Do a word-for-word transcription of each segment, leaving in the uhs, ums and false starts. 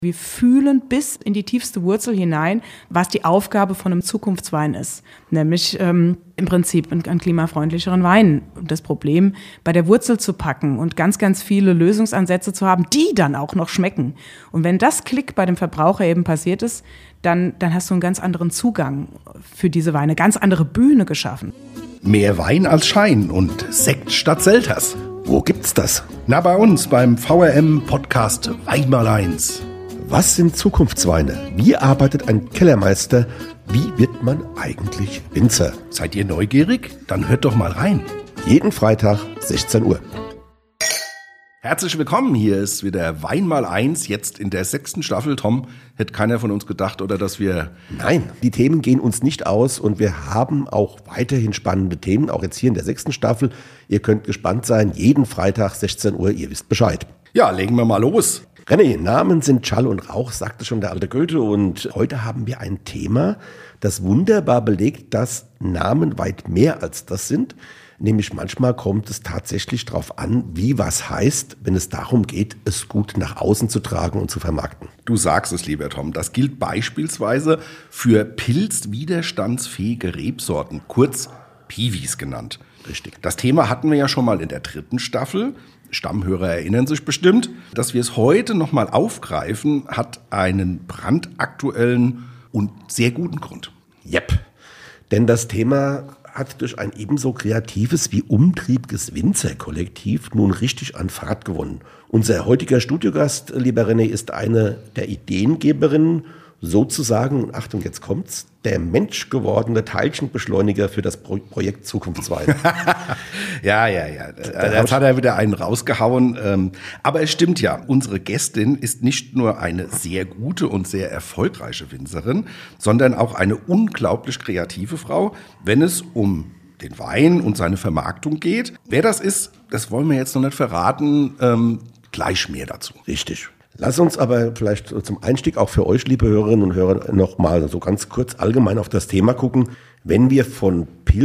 Wir fühlen bis in die tiefste Wurzel hinein, was die Aufgabe von einem Zukunftswein ist. Nämlich ähm, im Prinzip einen, einen klimafreundlicheren Wein. Und das Problem bei der Wurzel zu packen und ganz, ganz viele Lösungsansätze zu haben, die dann auch noch schmecken. Und wenn das Klick bei dem Verbraucher eben passiert ist, dann, dann hast du einen ganz anderen Zugang für diese Weine, ganz andere Bühne geschaffen. Mehr Wein als Schein und Sekt statt Selters. Wo gibt's das? Na, bei uns beim V R M-Podcast Weinmaleins. Was sind Zukunftsweine? Wie arbeitet ein Kellermeister? Wie wird man eigentlich Winzer? Seid ihr neugierig? Dann hört doch mal rein. Jeden Freitag, sechzehn Uhr. Herzlich willkommen, hier ist wieder Weinmaleins, jetzt in der sechsten Staffel. Tom, hätte keiner von uns gedacht, oder dass wir... Nein, die Themen gehen uns nicht aus und wir haben auch weiterhin spannende Themen, auch jetzt hier in der sechsten Staffel. Ihr könnt gespannt sein, jeden Freitag, sechzehn Uhr, ihr wisst Bescheid. Ja, legen wir mal los. René, Namen sind Schall und Rauch, sagte schon der alte Goethe. Und heute haben wir ein Thema, das wunderbar belegt, dass Namen weit mehr als das sind. Nämlich manchmal kommt es tatsächlich darauf an, wie was heißt, wenn es darum geht, es gut nach außen zu tragen und zu vermarkten. Du sagst es, lieber Tom. Das gilt beispielsweise für pilzwiderstandsfähige Rebsorten, kurz Piwis genannt. Richtig. Das Thema hatten wir ja schon mal in der dritten Staffel. Stammhörer erinnern sich bestimmt. Dass wir es heute nochmal aufgreifen, hat einen brandaktuellen und sehr guten Grund. Jep, denn das Thema hat durch ein ebenso kreatives wie umtriebiges Winzerkollektiv nun richtig an Fahrt gewonnen. Unser heutiger Studiogast, lieber René, ist eine der Ideengeberinnen, sozusagen, und Achtung, jetzt kommt's, der menschgewordene Teilchenbeschleuniger für das Pro- Projekt Zukunftswein. ja, ja, ja. Jetzt hat er wieder einen rausgehauen. Aber es stimmt ja, unsere Gästin ist nicht nur eine sehr gute und sehr erfolgreiche Winzerin, sondern auch eine unglaublich kreative Frau, wenn es um den Wein und seine Vermarktung geht. Wer das ist, das wollen wir jetzt noch nicht verraten. Ähm, gleich mehr dazu. Richtig. Lass uns aber vielleicht zum Einstieg auch für euch, liebe Hörerinnen und Hörer, noch mal so ganz kurz allgemein auf das Thema gucken. Wenn wir von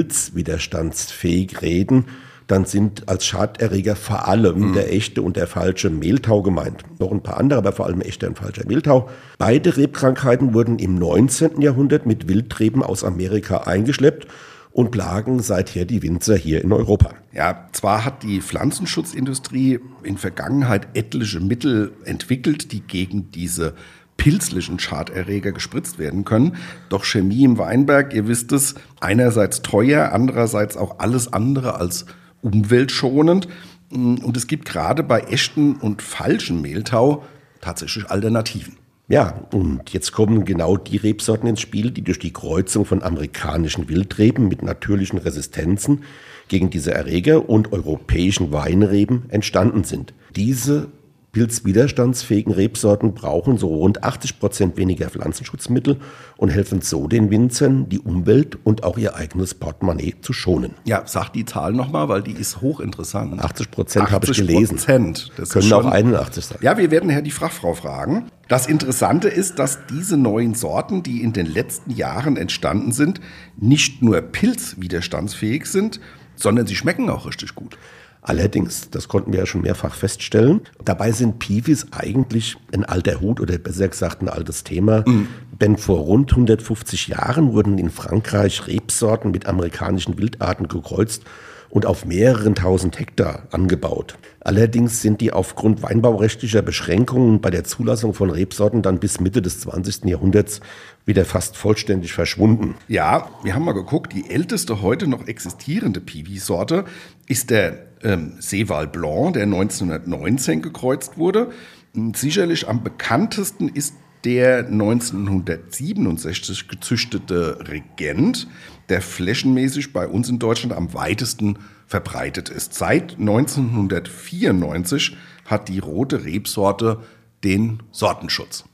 pilzwiderstandsfähig reden, dann sind als Schaderreger vor allem mhm. der echte und der falsche Mehltau gemeint. Noch ein paar andere, aber vor allem echter und falscher Mehltau. Beide Rebkrankheiten wurden im neunzehnten Jahrhundert mit Wildreben aus Amerika eingeschleppt und plagen seither die Winzer hier in Europa. Ja, zwar hat die Pflanzenschutzindustrie in Vergangenheit etliche Mittel entwickelt, die gegen diese pilzlichen Schaderreger gespritzt werden können. Doch Chemie im Weinberg, ihr wisst es, einerseits teuer, andererseits auch alles andere als umweltschonend. Und es gibt gerade bei echten und falschen Mehltau tatsächlich Alternativen. Ja, und jetzt kommen genau die Rebsorten ins Spiel, die durch die Kreuzung von amerikanischen Wildreben mit natürlichen Resistenzen gegen diese Erreger und europäischen Weinreben entstanden sind. Diese pilzwiderstandsfähigen Rebsorten brauchen so rund achtzig Prozent weniger Pflanzenschutzmittel und helfen so den Winzern, die Umwelt und auch ihr eigenes Portemonnaie zu schonen. Ja, sag die Zahl nochmal, weil die ist hochinteressant. achtzig Prozent habe ich gelesen. Prozent. Das können auch einundachtzig sein. Ja, wir werden ja die Fachfrau fragen. Das Interessante ist, dass diese neuen Sorten, die in den letzten Jahren entstanden sind, nicht nur pilzwiderstandsfähig sind, sondern sie schmecken auch richtig gut. Allerdings, das konnten wir ja schon mehrfach feststellen, dabei sind Piwis eigentlich ein alter Hut oder besser gesagt ein altes Thema. Mhm. Denn vor rund hundertfünfzig Jahren wurden in Frankreich Rebsorten mit amerikanischen Wildarten gekreuzt und auf mehreren tausend Hektar angebaut. Allerdings sind die aufgrund weinbaurechtlicher Beschränkungen bei der Zulassung von Rebsorten dann bis Mitte des zwanzigsten Jahrhunderts wieder fast vollständig verschwunden. Ja, wir haben mal geguckt, die älteste heute noch existierende Piwi-Sorte ist der ähm, Séval Blanc, der neunzehnhundertneunzehn gekreuzt wurde. Sicherlich am bekanntesten ist der neunzehnhundertsiebenundsechzig gezüchtete Regent, der flächenmäßig bei uns in Deutschland am weitesten verbreitet ist. Seit neunzehnhundertvierundneunzig hat die rote Rebsorte den Sortenschutz. Ja,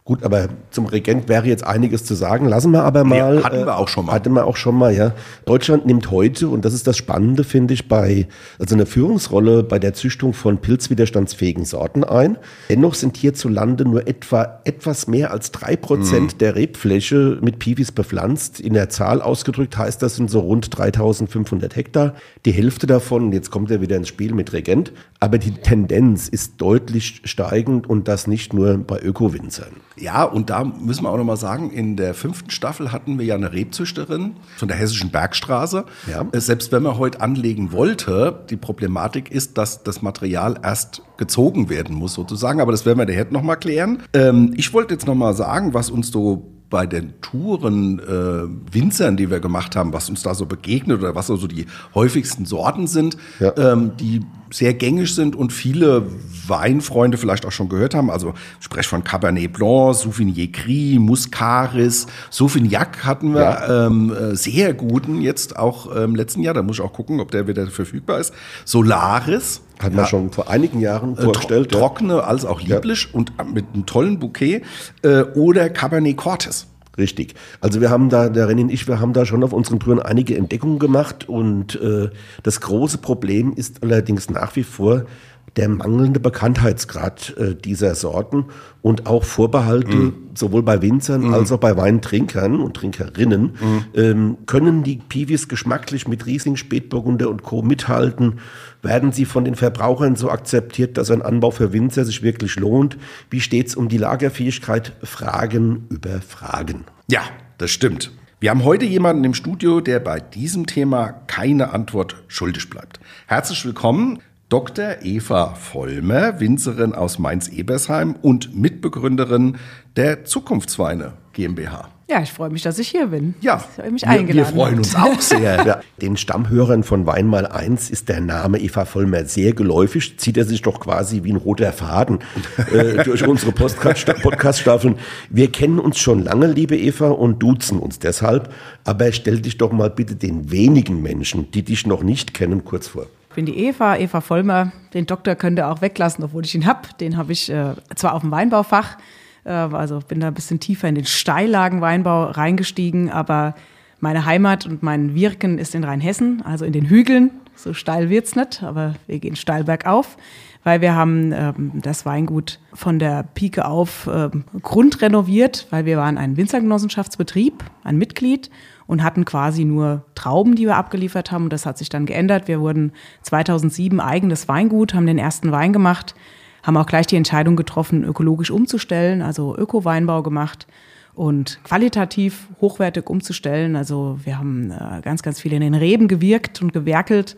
Gut, aber zum Regent wäre jetzt einiges zu sagen. Lassen wir aber mal. Nee, hatten wir auch schon mal. Hatten wir auch schon mal, ja. Deutschland nimmt heute, und das ist das Spannende, finde ich, bei, also eine Führungsrolle bei der Züchtung von pilzwiderstandsfähigen Sorten ein. Dennoch sind hierzulande nur etwa etwas mehr als drei Prozent mhm. der Rebfläche mit Piwis bepflanzt. In der Zahl ausgedrückt heißt das, sind so rund dreitausendfünfhundert Hektar. Die Hälfte davon, jetzt kommt er wieder ins Spiel mit Regent, aber die Tendenz ist deutlich steigend und das nicht nur bei Öko-Winzern. Ja, und da müssen wir auch nochmal sagen, in der fünften Staffel hatten wir ja eine Rebzüchterin von der Hessischen Bergstraße. Ja. Selbst wenn man heute anlegen wollte, die Problematik ist, dass das Material erst gezogen werden muss sozusagen. Aber das werden wir daher nochmal klären. Ähm, ich wollte jetzt nochmal sagen, was uns so bei den Touren äh, Winzern, die wir gemacht haben, was uns da so begegnet oder was so die häufigsten Sorten sind, ja. ähm, die sehr gängig sind und viele Weinfreunde vielleicht auch schon gehört haben. Also ich spreche von Cabernet Blanc, Sauvignon Gris, Muscaris, Sauvignac hatten wir ja. ähm, sehr guten jetzt auch im ähm, letzten Jahr. Da muss ich auch gucken, ob der wieder verfügbar ist. Solaris. Hat man ja. schon vor einigen Jahren vorgestellt. Tro- trockene, als auch lieblich ja. und mit einem tollen Bouquet. Äh, oder Cabernet Cortes. Richtig. Also wir haben da, der René und ich, wir haben da schon auf unseren Touren einige Entdeckungen gemacht und äh, das große Problem ist allerdings nach wie vor der mangelnde Bekanntheitsgrad äh, dieser Sorten und auch Vorbehalte, mm. sowohl bei Winzern mm. als auch bei Weintrinkern und Trinkerinnen, mm. ähm, können die Piwis geschmacklich mit Riesling, Spätburgunder und Co. mithalten? Werden sie von den Verbrauchern so akzeptiert, dass ein Anbau für Winzer sich wirklich lohnt? Wie steht's um die Lagerfähigkeit? Fragen über Fragen. Ja, das stimmt. Wir haben heute jemanden im Studio, der bei diesem Thema keine Antwort schuldig bleibt. Herzlich willkommen, Doktor Eva Vollmer, Winzerin aus Mainz-Ebersheim und Mitbegründerin der Zukunftsweine GmbH. Ja, ich freue mich, dass ich hier bin. Ja, dass ihr mich wir, eingeladen wir freuen uns auch sehr. Ja, den Stammhörern von Wein mal eins ist der Name Eva Vollmer sehr geläufig. Zieht er sich doch quasi wie ein roter Faden äh, durch unsere Podcast-Staffeln. Wir kennen uns schon lange, liebe Eva, und duzen uns deshalb. Aber stell dich doch mal bitte den wenigen Menschen, die dich noch nicht kennen, kurz vor. Ich bin die Eva, Eva Vollmer. Den Doktor könnt ihr auch weglassen, obwohl ich ihn habe. Den habe ich äh, zwar auf dem Weinbaufach, äh, also bin da ein bisschen tiefer in den Steillagenweinbau reingestiegen, aber meine Heimat und mein Wirken ist in Rheinhessen, also in den Hügeln. So steil wird's nicht, aber wir gehen steil bergauf, weil wir haben ähm, das Weingut von der Pike auf ähm, grundrenoviert, weil wir waren ein Winzergenossenschaftsbetrieb, ein Mitglied, und hatten quasi nur Trauben, die wir abgeliefert haben. Und das hat sich dann geändert. Wir wurden zweitausendsieben eigenes Weingut, haben den ersten Wein gemacht, haben auch gleich die Entscheidung getroffen, ökologisch umzustellen, also Öko-Weinbau gemacht und qualitativ hochwertig umzustellen. Also wir haben äh, ganz, ganz viel in den Reben gewirkt und gewerkelt.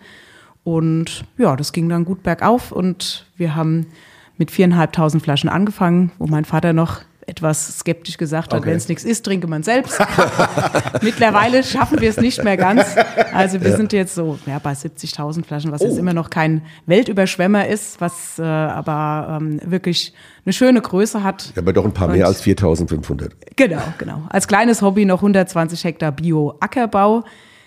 Und ja, das ging dann gut bergauf. Und wir haben mit viereinhalbtausend Flaschen angefangen, wo mein Vater noch etwas skeptisch gesagt hat, okay. Wenn es nichts ist, trinke man selbst. Mittlerweile schaffen wir es nicht mehr ganz. Also wir ja. sind jetzt so ja, bei siebzigtausend Flaschen, was oh. jetzt immer noch kein Weltüberschwemmer ist, was äh, aber ähm, wirklich eine schöne Größe hat. Ja, aber doch ein paar Und, mehr als viertausendfünfhundert. Genau, genau. Als kleines Hobby noch hundertzwanzig Hektar Bio-Ackerbau,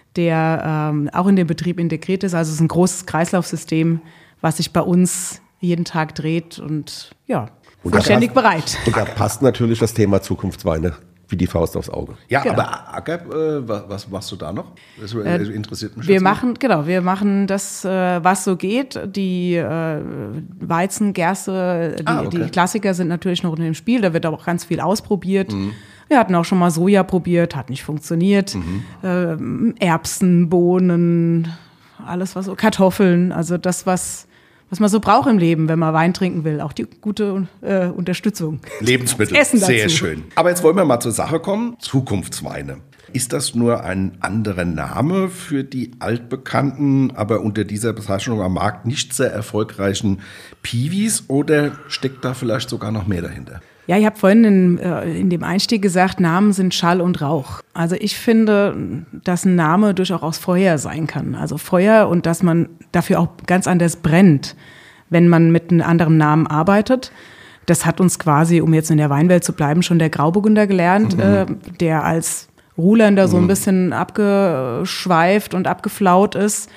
der ähm, auch in den Betrieb integriert ist. Also es ist ein großes Kreislaufsystem, was sich bei uns jeden Tag dreht und ja, Und ständig bereit. Und da passt natürlich das Thema Zukunftsweine wie die Faust aufs Auge. Ja, genau. Aber Acker, äh, was, was machst du da noch? Das äh, interessiert mich. Wir machen, genau, wir machen das, äh, was so geht. Die äh, Weizen, Gerste, die, ah, okay. die Klassiker sind natürlich noch in dem Spiel. Da wird aber auch ganz viel ausprobiert. Mhm. Wir hatten auch schon mal Soja probiert, hat nicht funktioniert. Mhm. Ähm, Erbsen, Bohnen, alles was so, Kartoffeln, also das, was was man so braucht im Leben, wenn man Wein trinken will. Auch die gute äh, Unterstützung. Lebensmittel, Essen dazu. Sehr schön. Aber jetzt wollen wir mal zur Sache kommen. Zukunftsweine. Ist das nur ein anderer Name für die altbekannten, aber unter dieser Bezeichnung am Markt nicht sehr erfolgreichen Piwis oder steckt da vielleicht sogar noch mehr dahinter? Ja, ich habe vorhin in, äh, in dem Einstieg gesagt, Namen sind Schall und Rauch. Also ich finde, dass ein Name durchaus Feuer sein kann. Also Feuer und dass man dafür auch ganz anders brennt, wenn man mit einem anderen Namen arbeitet. Das hat uns quasi, um jetzt in der Weinwelt zu bleiben, schon der Grauburgunder gelernt, mhm. äh, der als Ruländer so ein bisschen abgeschweift und abgeflaut ist.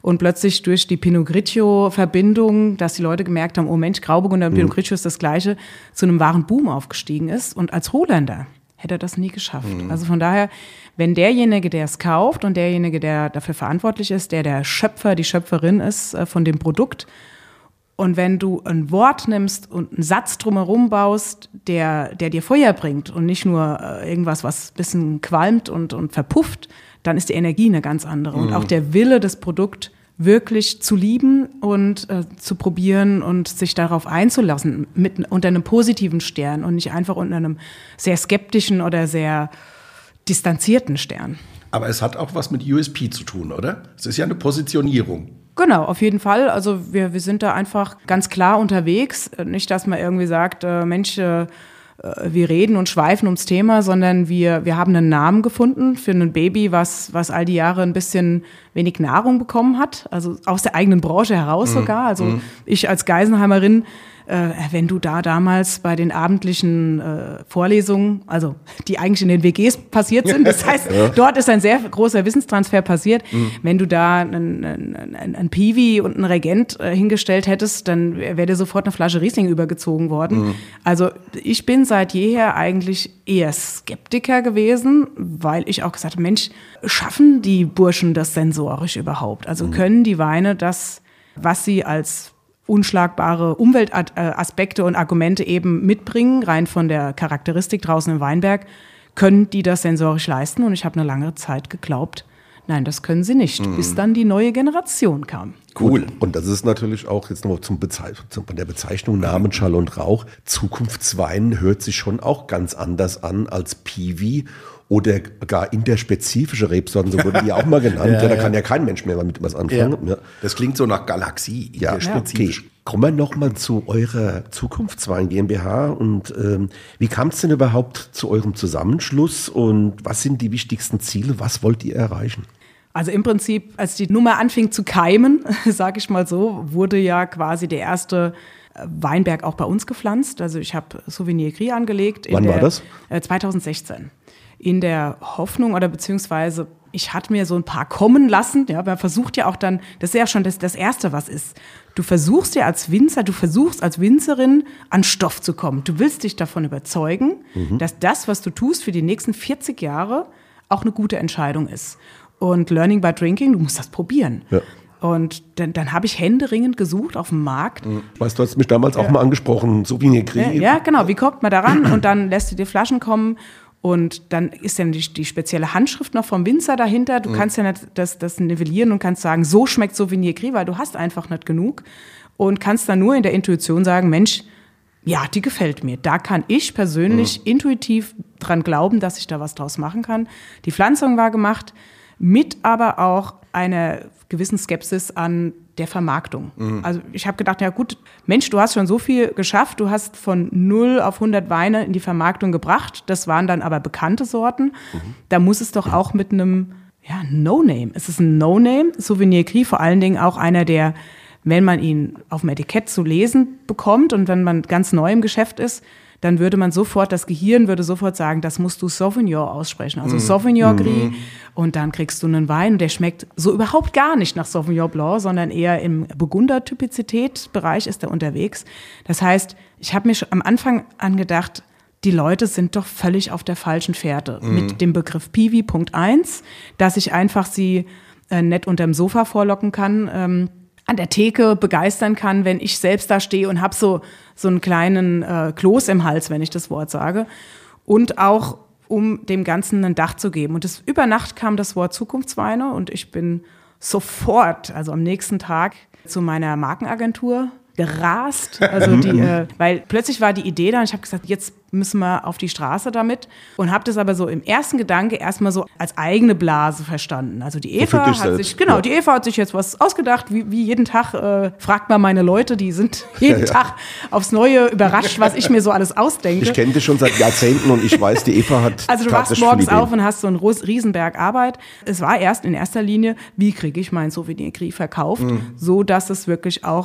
Und plötzlich durch die Pinot Grigio-Verbindung, dass die Leute gemerkt haben, oh Mensch, Grauburgunder und Pinot Grigio ist das Gleiche, zu einem wahren Boom aufgestiegen ist. Und als Rohländer hätte er das nie geschafft. Mhm. Also von daher, wenn derjenige, der es kauft und derjenige, der dafür verantwortlich ist, der der Schöpfer, die Schöpferin ist äh, von dem Produkt, und wenn du ein Wort nimmst und einen Satz drumherum baust, der, der dir Feuer bringt und nicht nur äh, irgendwas, was ein bisschen qualmt und, und verpufft, dann ist die Energie eine ganz andere. Mhm. Und auch der Wille, das Produkt wirklich zu lieben und äh, zu probieren und sich darauf einzulassen, mit, unter einem positiven Stern und nicht einfach unter einem sehr skeptischen oder sehr distanzierten Stern. Aber es hat auch was mit U S P zu tun, oder? Es ist ja eine Positionierung. Genau, auf jeden Fall. Also wir, wir sind da einfach ganz klar unterwegs. Nicht, dass man irgendwie sagt, äh, Mensch, äh, wir reden und schweifen ums Thema, sondern wir, wir haben einen Namen gefunden für ein Baby, was, was all die Jahre ein bisschen wenig Nahrung bekommen hat. Also aus der eigenen Branche heraus mhm. sogar. Also mhm. ich als Geisenheimerin, äh, wenn du da damals bei den abendlichen äh, Vorlesungen, also die eigentlich in den W Gs passiert sind, das heißt, ja. dort ist ein sehr großer Wissenstransfer passiert. Mhm. Wenn du da einen, einen, einen Piwi und einen Regent äh, hingestellt hättest, dann wäre dir sofort eine Flasche Riesling übergezogen worden. Mhm. Also ich bin seit jeher eigentlich eher Skeptiker gewesen, weil ich auch gesagt habe, Mensch, schaffen die Burschen das sensorisch überhaupt? Also mhm. können die Weine das, was sie als unschlagbare Umweltaspekte und Argumente eben mitbringen, rein von der Charakteristik draußen im Weinberg, können die das sensorisch leisten? Und ich habe eine lange Zeit geglaubt, nein, das können sie nicht, mhm. bis dann die neue Generation kam. Cool. Und, und das ist natürlich auch jetzt noch zum Bezei- zum, der Bezeichnung Namen Schall und Rauch. Zukunftswein hört sich schon auch ganz anders an als Piwi oder gar interspezifische Rebsorten, so wurden die auch mal genannt. ja, ja, da ja. kann ja kein Mensch mehr mit was anfangen. Ja. Ja. Das klingt so nach Galaxie, ja, interspezifisch. Okay. Kommen wir nochmal zu eurer Zukunftswein GmbH und ähm, wie kam es denn überhaupt zu eurem Zusammenschluss und was sind die wichtigsten Ziele, was wollt ihr erreichen? Also im Prinzip, als die Nummer anfing zu keimen, sage ich mal so, wurde ja quasi der erste Weinberg auch bei uns gepflanzt. Also ich habe Sauvigny Gris angelegt. Wann der, war das? Äh, zwanzig sechzehn. In der Hoffnung oder beziehungsweise ich hatte mir so ein paar kommen lassen. Ja, man versucht ja auch dann, das ist ja schon das, das Erste, was ist. Du versuchst ja als Winzer, du versuchst als Winzerin an Stoff zu kommen. Du willst dich davon überzeugen, mhm. dass das, was du tust für die nächsten vierzig Jahre, auch eine gute Entscheidung ist. Und Learning by Drinking, du musst das probieren. Ja. Und dann, dann habe ich händeringend gesucht auf dem Markt. Weißt du, hast mich damals ja. auch mal angesprochen, Sauvigny Gris. Ja, ja, genau. Wie kommt man da ran? Und dann lässt du dir Flaschen kommen. Und dann ist dann die, die spezielle Handschrift noch vom Winzer dahinter. Du mhm. kannst ja nicht das, das nivellieren und kannst sagen, so schmeckt Sauvigny Gris, weil du hast einfach nicht genug. Und kannst dann nur in der Intuition sagen, Mensch, ja, die gefällt mir. Da kann ich persönlich mhm. intuitiv dran glauben, dass ich da was draus machen kann. Die Pflanzung war gemacht, mit aber auch einer gewissen Skepsis an der Vermarktung. Mhm. Also ich habe gedacht, ja gut, Mensch, du hast schon so viel geschafft, du hast von null auf hundert Weine in die Vermarktung gebracht, das waren dann aber bekannte Sorten. Mhm. Da muss es doch auch mit einem ja, No-Name, es ist ein No-Name, Sauvigny Gris vor allen Dingen auch einer, der, wenn man ihn auf dem Etikett zu lesen bekommt und wenn man ganz neu im Geschäft ist, dann würde man sofort, das Gehirn würde sofort sagen, das musst du Sauvignon aussprechen, also mm. Sauvignon Gris. Mm. Und dann kriegst du einen Wein, der schmeckt so überhaupt gar nicht nach Sauvignon Blanc, sondern eher im Burgunder-Typizität-Bereich ist er unterwegs. Das heißt, ich habe mir schon am Anfang angedacht, die Leute sind doch völlig auf der falschen Fährte mm. mit dem Begriff Piwi Punkt eins, dass ich einfach sie äh, nett unterm Sofa vorlocken kann, ähm, an der Theke begeistern kann, wenn ich selbst da stehe und habe so so einen kleinen äh, Kloß im Hals, wenn ich das Wort sage. Und auch, um dem Ganzen ein Dach zu geben. Und das, über Nacht kam das Wort Zukunftsweine und ich bin sofort, also am nächsten Tag, zu meiner Markenagentur gerast, also die, äh, weil plötzlich war die Idee da und ich habe gesagt, jetzt müssen wir auf die Straße damit und habe das aber so im ersten Gedanke erstmal so als eigene Blase verstanden. Also die Eva hat selbst. sich, genau, ja. die Eva hat sich jetzt was ausgedacht, wie, wie jeden Tag äh, fragt man meine Leute, die sind jeden ja, ja. Tag aufs Neue überrascht, was ich mir so alles ausdenke. Ich kenne dich schon seit Jahrzehnten und ich weiß, die Eva hat also du wachst morgens auf und hast so einen Riesenberg Arbeit. Es war erst in erster Linie, wie kriege ich mein Sauvigny Gris verkauft, mhm. so dass es wirklich auch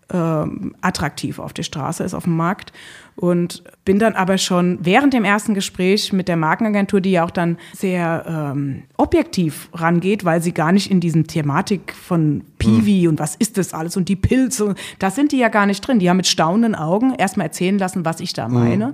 ähm, attraktiv auf der Straße ist, auf dem Markt. Und bin dann aber schon während dem ersten Gespräch mit der Markenagentur, die ja auch dann sehr ähm, objektiv rangeht, weil sie gar nicht in diesem Thematik von Piwi hm. und was ist das alles und die Pilze, da sind die ja gar nicht drin. Die haben mit staunenden Augen erstmal erzählen lassen, was ich da meine. Hm.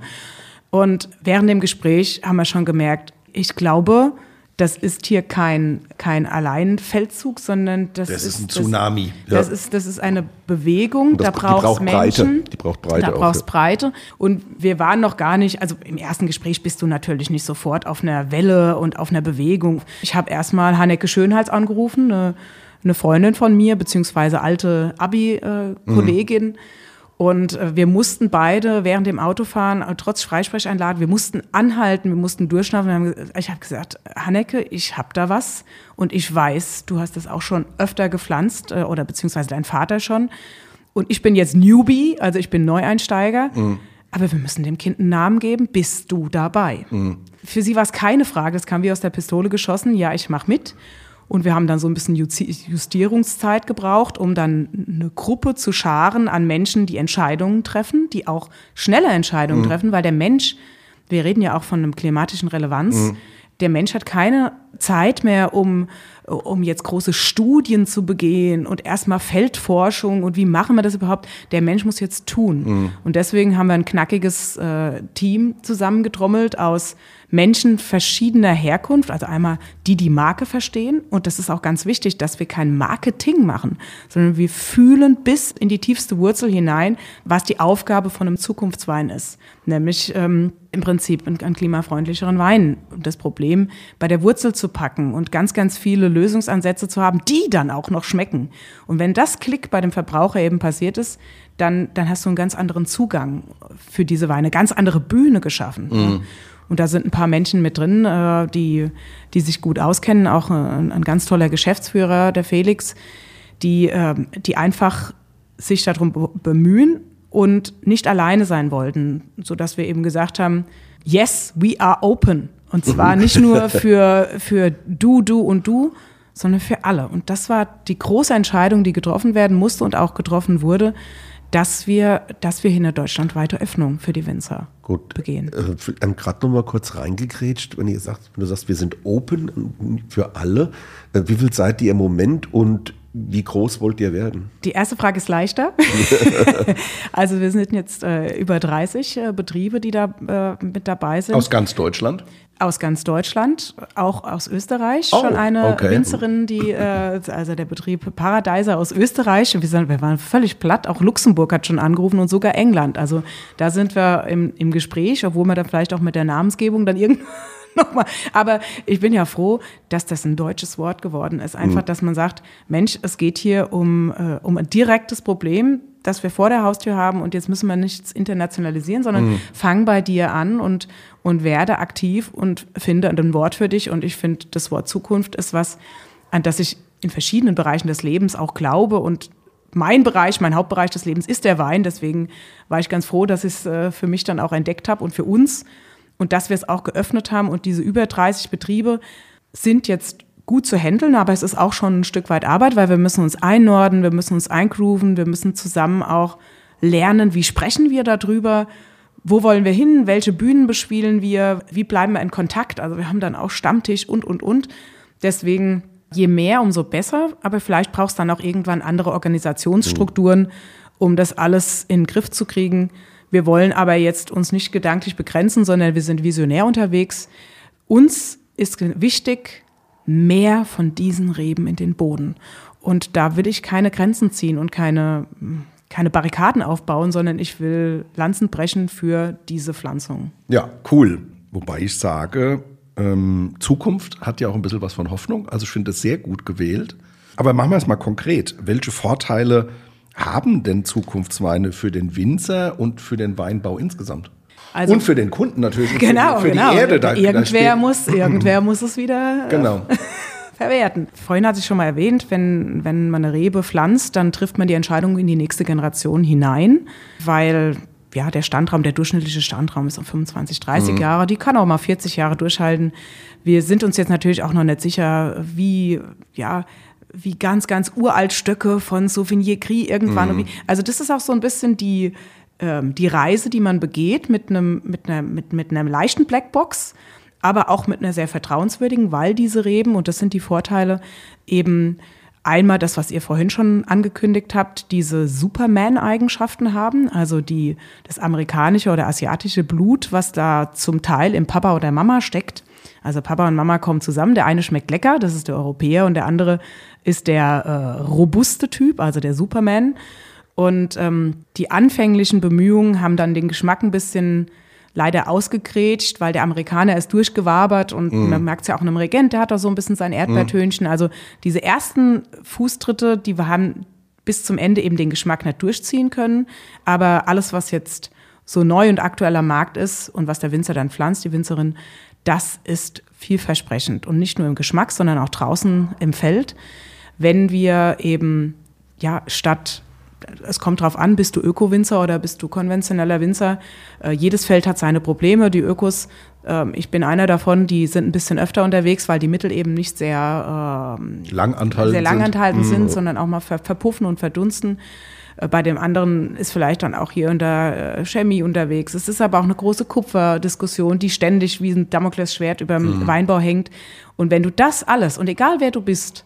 Und während dem Gespräch haben wir schon gemerkt, ich glaube, das ist hier kein, kein Alleinfeldzug, sondern das, das ist ist ein Tsunami. Das, das, ist, das ist eine Bewegung, das, da braucht es Menschen. Breite. Die braucht Breite. Da auch, brauchst ja. Breite. Und wir waren noch gar nicht, also im ersten Gespräch bist du natürlich nicht sofort auf einer Welle und auf einer Bewegung. Ich habe erstmal Hanneke Schönhals angerufen, eine, eine Freundin von mir, beziehungsweise alte Abi-Kollegin. Mhm. Und wir mussten beide während dem Autofahren, trotz Freisprecheinladung, wir mussten anhalten, wir mussten durchschnaufen. Ich habe gesagt, Hanneke, ich habe da was und ich weiß, du hast das auch schon öfter gepflanzt oder beziehungsweise dein Vater schon. Und ich bin jetzt Newbie, also ich bin Neueinsteiger. Mhm. Aber wir müssen dem Kind einen Namen geben. Bist du dabei? Mhm. Für sie war es keine Frage, das kam wie aus der Pistole geschossen. Ja, ich mache mit. Und wir haben dann so ein bisschen Justierungszeit gebraucht, um dann eine Gruppe zu scharen an Menschen, die Entscheidungen treffen, die auch schnelle Entscheidungen mhm. treffen, weil der Mensch, wir reden ja auch von einem klimatischen Relevanz, mhm. der Mensch hat keine Zeit mehr, um, um jetzt große Studien zu begehen und erstmal Feldforschung und wie machen wir das überhaupt? Der Mensch muss jetzt tun. Mhm. Und deswegen haben wir ein knackiges äh, Team zusammengetrommelt aus Menschen verschiedener Herkunft, also einmal die, die Marke verstehen. Und das ist auch ganz wichtig, dass wir kein Marketing machen, sondern wir fühlen bis in die tiefste Wurzel hinein, was die Aufgabe von einem Zukunftswein ist. Nämlich ähm, im Prinzip einen, einen klimafreundlicheren Wein. Und das Problem bei der Wurzel zu packen und ganz, ganz viele Lösungsansätze zu haben, die dann auch noch schmecken. Und wenn das Klick bei dem Verbraucher eben passiert ist, dann, dann hast du einen ganz anderen Zugang für diese Weine, ganz andere Bühne geschaffen. Mhm. Ja. Und da sind ein paar Menschen mit drin, äh, die, die sich gut auskennen, auch ein, ein ganz toller Geschäftsführer, der Felix, die, äh, die einfach sich darum bemühen und nicht alleine sein wollten, sodass wir eben gesagt haben, yes, we are open. Und zwar nicht nur für, für du, du und du, sondern für alle. Und das war die große Entscheidung, die getroffen werden musste und auch getroffen wurde, dass wir, dass wir hier eine deutschlandweite Öffnung für die Winzer Gut. begehen. Äh, gerade noch mal kurz reingegrätscht, wenn ihr sagt, wenn du sagst, wir sind open für alle. Äh, wie viel seid ihr im Moment und wie groß wollt ihr werden? Die erste Frage ist leichter. Also wir sind jetzt äh, über dreißig äh, Betriebe, die da äh, mit dabei sind. Aus ganz Deutschland? Aus ganz Deutschland, auch aus Österreich. Oh, schon eine okay. Winzerin, die, äh, also der Betrieb Paradeiser aus Österreich. Wir, sind, wir waren völlig platt. Auch Luxemburg hat schon angerufen und sogar England. Also da sind wir im, im Gespräch, obwohl wir dann vielleicht auch mit der Namensgebung dann irgendwann nochmal. Aber ich bin ja froh, dass das ein deutsches Wort geworden ist. Einfach, dass man sagt, Mensch, es geht hier um, äh, um ein direktes Problem, das wir vor der Haustür haben und jetzt müssen wir nichts internationalisieren, sondern mhm. fang bei dir an und, und werde aktiv und finde ein Wort für dich. Und ich finde, das Wort Zukunft ist was, an das ich in verschiedenen Bereichen des Lebens auch glaube. Und mein Bereich, mein Hauptbereich des Lebens ist der Wein. Deswegen war ich ganz froh, dass ich es äh, für mich dann auch entdeckt habe und für uns. Und dass wir es auch geöffnet haben. Und diese über dreißig Betriebe sind jetzt gut zu handeln, aber es ist auch schon ein Stück weit Arbeit, weil wir müssen uns einnorden, wir müssen uns eingrooven, wir müssen zusammen auch lernen, wie sprechen wir darüber, wo wollen wir hin, welche Bühnen bespielen wir, wie bleiben wir in Kontakt. Also wir haben dann auch Stammtisch und, und, und. Deswegen je mehr, umso besser, aber vielleicht brauchst du dann auch irgendwann andere Organisationsstrukturen, um das alles in den Griff zu kriegen. Wir wollen aber jetzt uns nicht gedanklich begrenzen, sondern wir sind visionär unterwegs. Uns ist wichtig, mehr von diesen Reben in den Boden. Und da will ich keine Grenzen ziehen und keine, keine Barrikaden aufbauen, sondern ich will Lanzen brechen für diese Pflanzung. Ja, cool. Wobei ich sage, ähm, Zukunft hat ja auch ein bisschen was von Hoffnung. Also ich finde es sehr gut gewählt. Aber machen wir es mal konkret. Welche Vorteile haben denn Zukunftsweine für den Winzer und für den Weinbau insgesamt? Also, und für den Kunden natürlich. Genau, für die, für genau. die Erde. Da, irgendwer, da muss, irgendwer muss es wieder genau. äh, verwerten. Vorhin hatte ich schon mal erwähnt, wenn, wenn man eine Rebe pflanzt, dann trifft man die Entscheidung in die nächste Generation hinein, weil ja, der Standraum, der durchschnittliche Standraum ist um fünfundzwanzig, dreißig mhm. Jahre. Die kann auch mal vierzig Jahre durchhalten. Wir sind uns jetzt natürlich auch noch nicht sicher, wie, ja, wie ganz, ganz uralt Stöcke von Sauvigny Gris irgendwann. Mhm. Und wie, also das ist auch so ein bisschen die, ähm, die Reise, die man begeht mit einem, mit einer, mit, mit einer leichten Blackbox, aber auch mit einer sehr vertrauenswürdigen, weil diese Reben, und das sind die Vorteile, eben einmal das, was ihr vorhin schon angekündigt habt, diese Superman-Eigenschaften haben, also die, das amerikanische oder asiatische Blut, was da zum Teil im Papa oder Mama steckt. Also Papa und Mama kommen zusammen, der eine schmeckt lecker, das ist der Europäer, und der andere ist der äh, robuste Typ, also der Superman. Und ähm, die anfänglichen Bemühungen haben dann den Geschmack ein bisschen leider ausgegrätscht, weil der Amerikaner ist durchgewabert und mm. man merkt es ja auch in einem Regent, der hat da so ein bisschen sein Erdbeertönchen. Mm. Also diese ersten Fußtritte, die wir haben bis zum Ende eben den Geschmack nicht durchziehen können. Aber alles, was jetzt so neu und aktuell am Markt ist und was der Winzer dann pflanzt, die Winzerin, das ist vielversprechend. Und nicht nur im Geschmack, sondern auch draußen im Feld. Wenn wir eben, ja, statt es kommt drauf an, bist du Öko-Winzer oder bist du konventioneller Winzer. Äh, jedes Feld hat seine Probleme. Die Ökos, äh, ich bin einer davon, die sind ein bisschen öfter unterwegs, weil die Mittel eben nicht sehr, äh, langanhaltend sehr langanhaltend sind, sind, mhm. sondern auch mal ver- verpuffen und verdunsten. Äh, bei dem anderen ist vielleicht dann auch hier und da äh, Chemie unterwegs. Es ist aber auch eine große Kupferdiskussion, die ständig wie ein Damoklesschwert über dem mhm. Weinbau hängt. Und wenn du das alles, und egal wer du bist,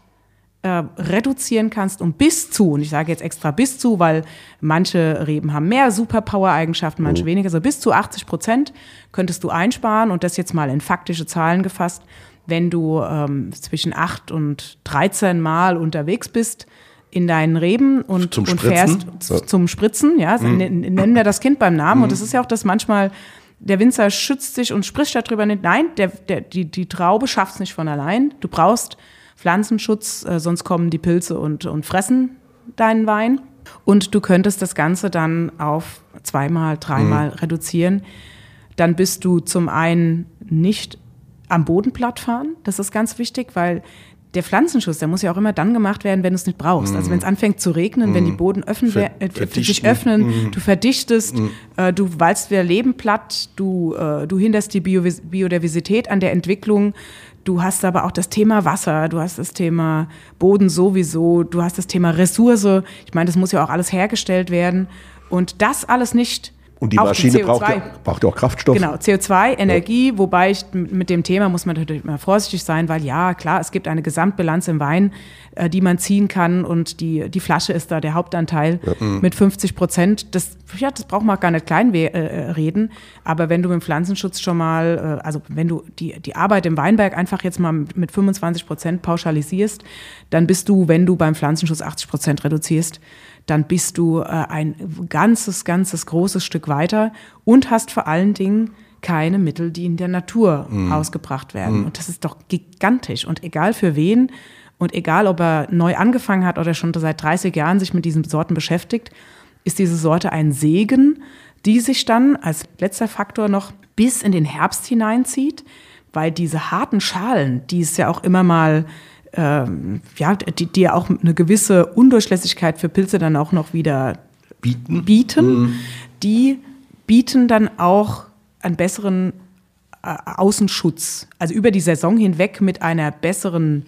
reduzieren kannst um bis zu, und ich sage jetzt extra bis zu, weil manche Reben haben mehr Superpower-Eigenschaften, manche oh. weniger, so bis zu achtzig Prozent könntest du einsparen, und das jetzt mal in faktische Zahlen gefasst, wenn du ähm, zwischen acht und dreizehn Mal unterwegs bist in deinen Reben und, zum und fährst ja. zum Spritzen, ja, mhm. nennen wir das Kind beim Namen, mhm. und das ist ja auch das manchmal, der Winzer schützt sich und spricht darüber nicht, nein, der, der, die, die Traube schafft es nicht von allein, du brauchst Pflanzenschutz, äh, sonst kommen die Pilze und, und fressen deinen Wein. Und du könntest das Ganze dann auf zweimal, dreimal mhm. reduzieren. Dann bist du zum einen nicht am Boden platt fahren. Das ist ganz wichtig, weil der Pflanzenschutz, der muss ja auch immer dann gemacht werden, wenn du es nicht brauchst. Mhm. Also wenn es anfängt zu regnen, mhm. wenn die Boden öffnen, Ver- äh, sich öffnen, mhm. du verdichtest, mhm. äh, du walzt wieder Leben platt, du, äh, du hinderst die Bio- Biodiversität an der Entwicklung. Du hast aber auch das Thema Wasser, du hast das Thema Boden sowieso, du hast das Thema Ressource. Ich meine, das muss ja auch alles hergestellt werden. Und das alles nicht. Und die Maschine braucht ja, braucht ja auch Kraftstoff. Genau, C O zwei, Energie, ja. Wobei ich mit dem Thema muss man natürlich immer vorsichtig sein, weil ja, klar, es gibt eine Gesamtbilanz im Wein, äh, die man ziehen kann, und die, die Flasche ist da der Hauptanteil ja. mit fünfzig Prozent. Das, ja, das braucht man auch gar nicht kleinreden, aber wenn du mit dem Pflanzenschutz schon mal, äh, also wenn du die, die Arbeit im Weinberg einfach jetzt mal mit fünfundzwanzig Prozent pauschalisierst, dann bist du, wenn du beim Pflanzenschutz achtzig Prozent reduzierst, dann bist du äh, ein ganzes, ganzes großes Stück weiter und hast vor allen Dingen keine Mittel, die in der Natur mm. ausgebracht werden. Mm. Und das ist doch gigantisch. Und egal für wen und egal, ob er neu angefangen hat oder schon seit dreißig Jahren sich mit diesen Sorten beschäftigt, ist diese Sorte ein Segen, die sich dann als letzter Faktor noch bis in den Herbst hineinzieht, weil diese harten Schalen, die es ja auch immer mal Ähm, ja, die, die ja auch eine gewisse Undurchlässigkeit für Pilze dann auch noch wieder bieten, bieten mhm. die bieten dann auch einen besseren äh, Außenschutz, also über die Saison hinweg mit einer besseren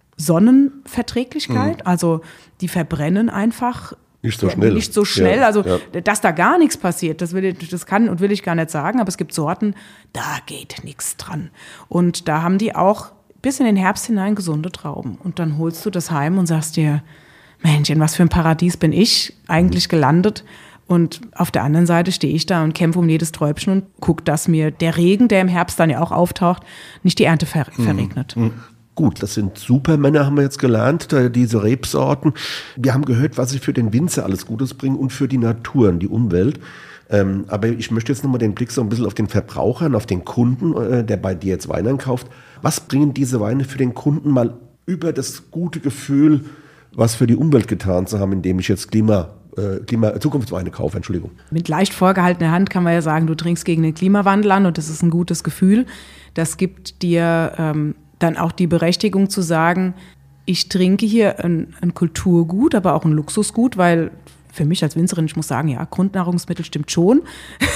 Sonnenverträglichkeit, mhm. also die verbrennen einfach nicht so schnell. Nicht so schnell, ja, also ja. dass da gar nichts passiert, das, will, das kann und will ich gar nicht sagen, aber es gibt Sorten, da geht nichts dran. Und da haben die auch bis in den Herbst hinein gesunde Trauben. Und dann holst du das heim und sagst dir, Mensch, in was für ein Paradies bin ich eigentlich gelandet? Und auf der anderen Seite stehe ich da und kämpfe um jedes Träubchen und gucke, dass mir der Regen, der im Herbst dann ja auch auftaucht, nicht die Ernte ver- verregnet. Mhm. Gut, das sind Supermänner, haben wir jetzt gelernt, diese Rebsorten. Wir haben gehört, was sie für den Winzer alles Gutes bringen und für die Natur und die Umwelt. Ähm, aber ich möchte jetzt nochmal den Blick so ein bisschen auf den Verbraucher und auf den Kunden, äh, der bei dir jetzt Wein einkauft. Was bringen diese Weine für den Kunden mal über das gute Gefühl, was für die Umwelt getan zu haben, indem ich jetzt Klima, äh, Klima, Zukunftsweine kaufe? Entschuldigung. Mit leicht vorgehaltener Hand kann man ja sagen, du trinkst gegen den Klimawandel an, und das ist ein gutes Gefühl. Das gibt dir ähm, dann auch die Berechtigung zu sagen, ich trinke hier ein, ein Kulturgut, aber auch ein Luxusgut, weil für mich als Winzerin, ich muss sagen, ja, Grundnahrungsmittel stimmt schon.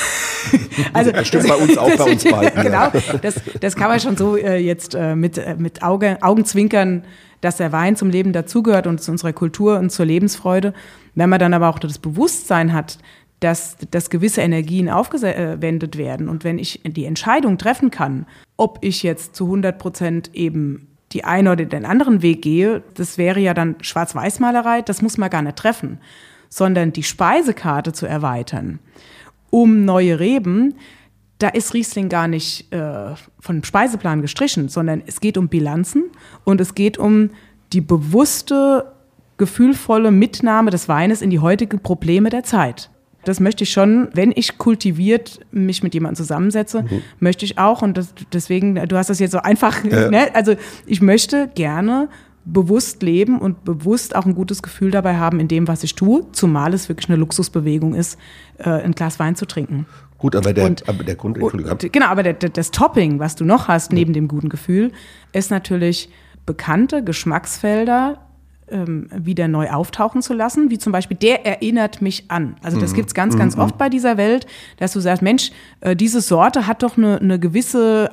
Also, das stimmt bei uns auch, bei uns beiden. Genau, das, das kann man schon so äh, jetzt äh, mit, äh, mit Auge, Augenzwinkern, dass der Wein zum Leben dazugehört und zu unserer Kultur und zur Lebensfreude. Wenn man dann aber auch das Bewusstsein hat, dass, dass gewisse Energien aufgewendet werden und wenn ich die Entscheidung treffen kann, ob ich jetzt zu hundert Prozent eben die eine oder den anderen Weg gehe, das wäre ja dann Schwarz-Weiß-Malerei, das muss man gar nicht treffen, sondern die Speisekarte zu erweitern, um neue Reben, da ist Riesling gar nicht äh, von dem Speiseplan gestrichen, sondern es geht um Bilanzen und es geht um die bewusste, gefühlvolle Mitnahme des Weines in die heutigen Probleme der Zeit. Das möchte ich schon, wenn ich kultiviert mich mit jemandem zusammensetze, mhm. möchte ich auch, und das, deswegen, du hast das jetzt so einfach, äh. ne? Also ich möchte gerne bewusst leben und bewusst auch ein gutes Gefühl dabei haben in dem, was ich tue, zumal es wirklich eine Luxusbewegung ist, äh, ein Glas Wein zu trinken. Gut, aber der, und, aber der Grund, Entschuldigung. Genau, aber der, der, das Topping, was du noch hast, neben dem guten Gefühl, ist natürlich bekannte Geschmacksfelder ähm, wieder neu auftauchen zu lassen, wie zum Beispiel, der erinnert mich an. Also das mhm. gibt's ganz, ganz mhm. oft bei dieser Welt, dass du sagst, Mensch, äh, diese Sorte hat doch eine, eine gewisse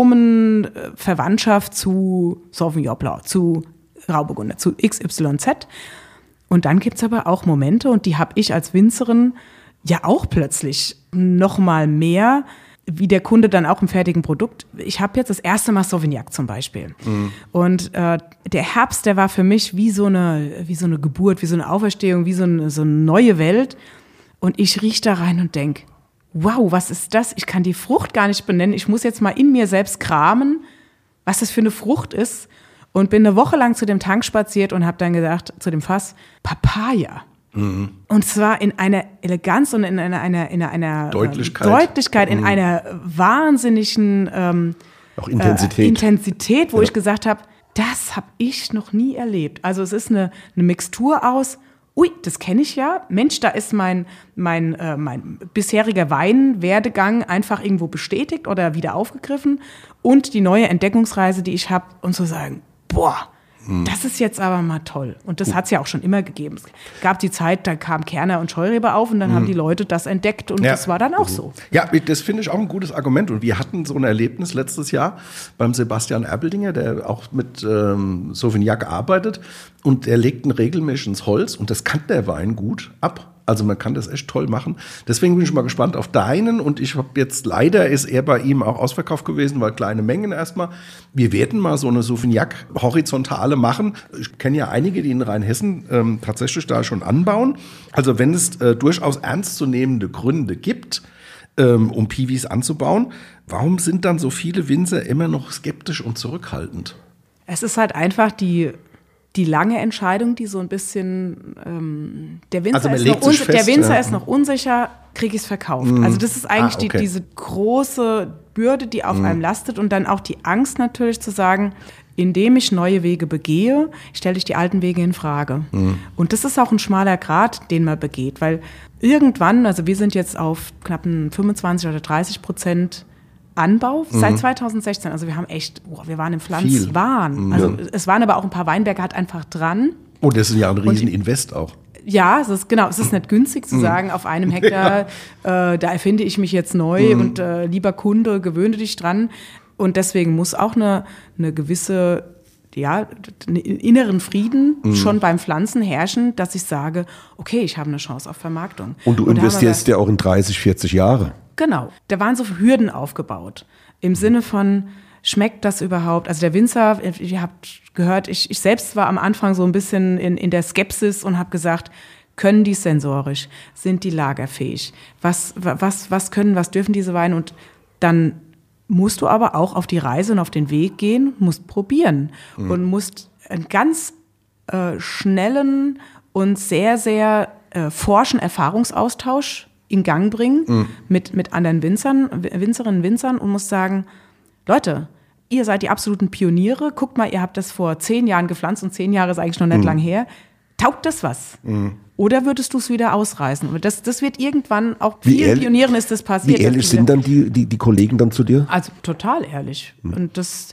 Aromenverwandtschaft zu Sauvignon Blanc, zu Grauburgunder, zu X Y Z. Und dann gibt's aber auch Momente, und die habe ich als Winzerin ja auch plötzlich noch mal mehr, wie der Kunde dann auch im fertigen Produkt. Ich habe jetzt das erste Mal Sauvignac zum Beispiel. Mhm. Und äh, der Herbst, der war für mich wie so eine, wie so eine Geburt, wie so eine Auferstehung, wie so eine, so eine neue Welt. Und ich rieche da rein und denke, wow, was ist das? Ich kann die Frucht gar nicht benennen. Ich muss jetzt mal in mir selbst kramen, was das für eine Frucht ist. Und bin eine Woche lang zu dem Tank spaziert und habe dann gedacht, zu dem Fass, Papaya. Mhm. Und zwar in einer Eleganz und in einer, einer, in einer Deutlichkeit, äh, Deutlichkeit in mhm. einer wahnsinnigen ähm, auch Intensität, äh, Intensität, wo ja. ich gesagt habe, das habe ich noch nie erlebt. Also es ist eine, eine Mixtur aus, ui, das kenne ich ja, Mensch, da ist mein, mein, äh, mein bisheriger Weinwerdegang einfach irgendwo bestätigt oder wieder aufgegriffen und die neue Entdeckungsreise, die ich habe, und zu sagen, boah, das ist jetzt aber mal toll. Und das hat es ja auch schon immer gegeben. Es gab die Zeit, da kamen Kerner und Scheurebe auf und dann mhm. haben die Leute das entdeckt und ja. das war dann auch mhm. so. Ja, das finde ich auch ein gutes Argument. Und wir hatten so ein Erlebnis letztes Jahr beim Sebastian Erbeldinger, der auch mit ähm, Sauvignac arbeitet. Und der legt ihn regelmäßig ins Holz und das kann der Wein gut ab. Also man kann das echt toll machen. Deswegen bin ich mal gespannt auf deinen. Und ich habe jetzt, leider ist er bei ihm auch ausverkauft gewesen, weil kleine Mengen erstmal. Wir werden mal so eine Sauvignac-Horizontale machen. Ich kenne ja einige, die in Rheinhessen ähm, tatsächlich da schon anbauen. Also wenn es äh, durchaus ernstzunehmende Gründe gibt, ähm, um Piwis anzubauen, warum sind dann so viele Winzer immer noch skeptisch und zurückhaltend? Es ist halt einfach die... Die lange Entscheidung, die so ein bisschen, ähm, der Winzer, also ist, noch fest, der Winzer ja. ist noch unsicher, kriege ich es verkauft. Mm. Also das ist eigentlich ah, okay. die, diese große Bürde, die auf mm. einem lastet und dann auch die Angst natürlich zu sagen, indem ich neue Wege begehe, stelle ich die alten Wege in Frage. Mm. Und das ist auch ein schmaler Grat, den man begeht, weil irgendwann, also wir sind jetzt auf knapp fünfundzwanzig oder dreißig Prozent Anbau seit mhm. zweitausendsechzehn, also wir haben echt, oh, wir waren im Pflanzwahn. Also ja. es waren aber auch ein paar Weinberge halt einfach dran. Oh, das ist ja ein Rieseninvest auch. Ja, es ist, genau, es ist nicht günstig zu mhm. sagen, auf einem Hektar, ja. äh, da erfinde ich mich jetzt neu mhm. und äh, lieber Kunde, gewöhne dich dran. Und deswegen muss auch eine, eine gewisse, ja, einen inneren Frieden mhm. schon beim Pflanzen herrschen, dass ich sage, okay, ich habe eine Chance auf Vermarktung. Und du und investierst ja auch in dreißig, vierzig Jahre. Genau, da waren so Hürden aufgebaut. Im Sinne von, schmeckt das überhaupt? Also der Winzer, ihr habt gehört, ich, ich selbst war am Anfang so ein bisschen in, in der Skepsis und habe gesagt, können die sensorisch? Sind die lagerfähig? Was, was, was können, was dürfen diese Weine? Und dann musst du aber auch auf die Reise und auf den Weg gehen, musst probieren mhm. und musst einen ganz äh, schnellen und sehr, sehr äh, forschen Erfahrungsaustausch in Gang bringen mm. mit, mit anderen Winzern, Winzerinnen, Winzern und muss sagen, Leute, ihr seid die absoluten Pioniere. Guckt mal, ihr habt das vor zehn Jahren gepflanzt und zehn Jahre ist eigentlich noch nicht mm. lang her. Taugt das was? Mm. Oder würdest du es wieder ausreißen? Aber das, das wird irgendwann, auch vielen ehrlich, Pionieren ist das passiert. Wie ehrlich sind dann die, die, die Kollegen dann zu dir? Also total ehrlich. Mm. Und das,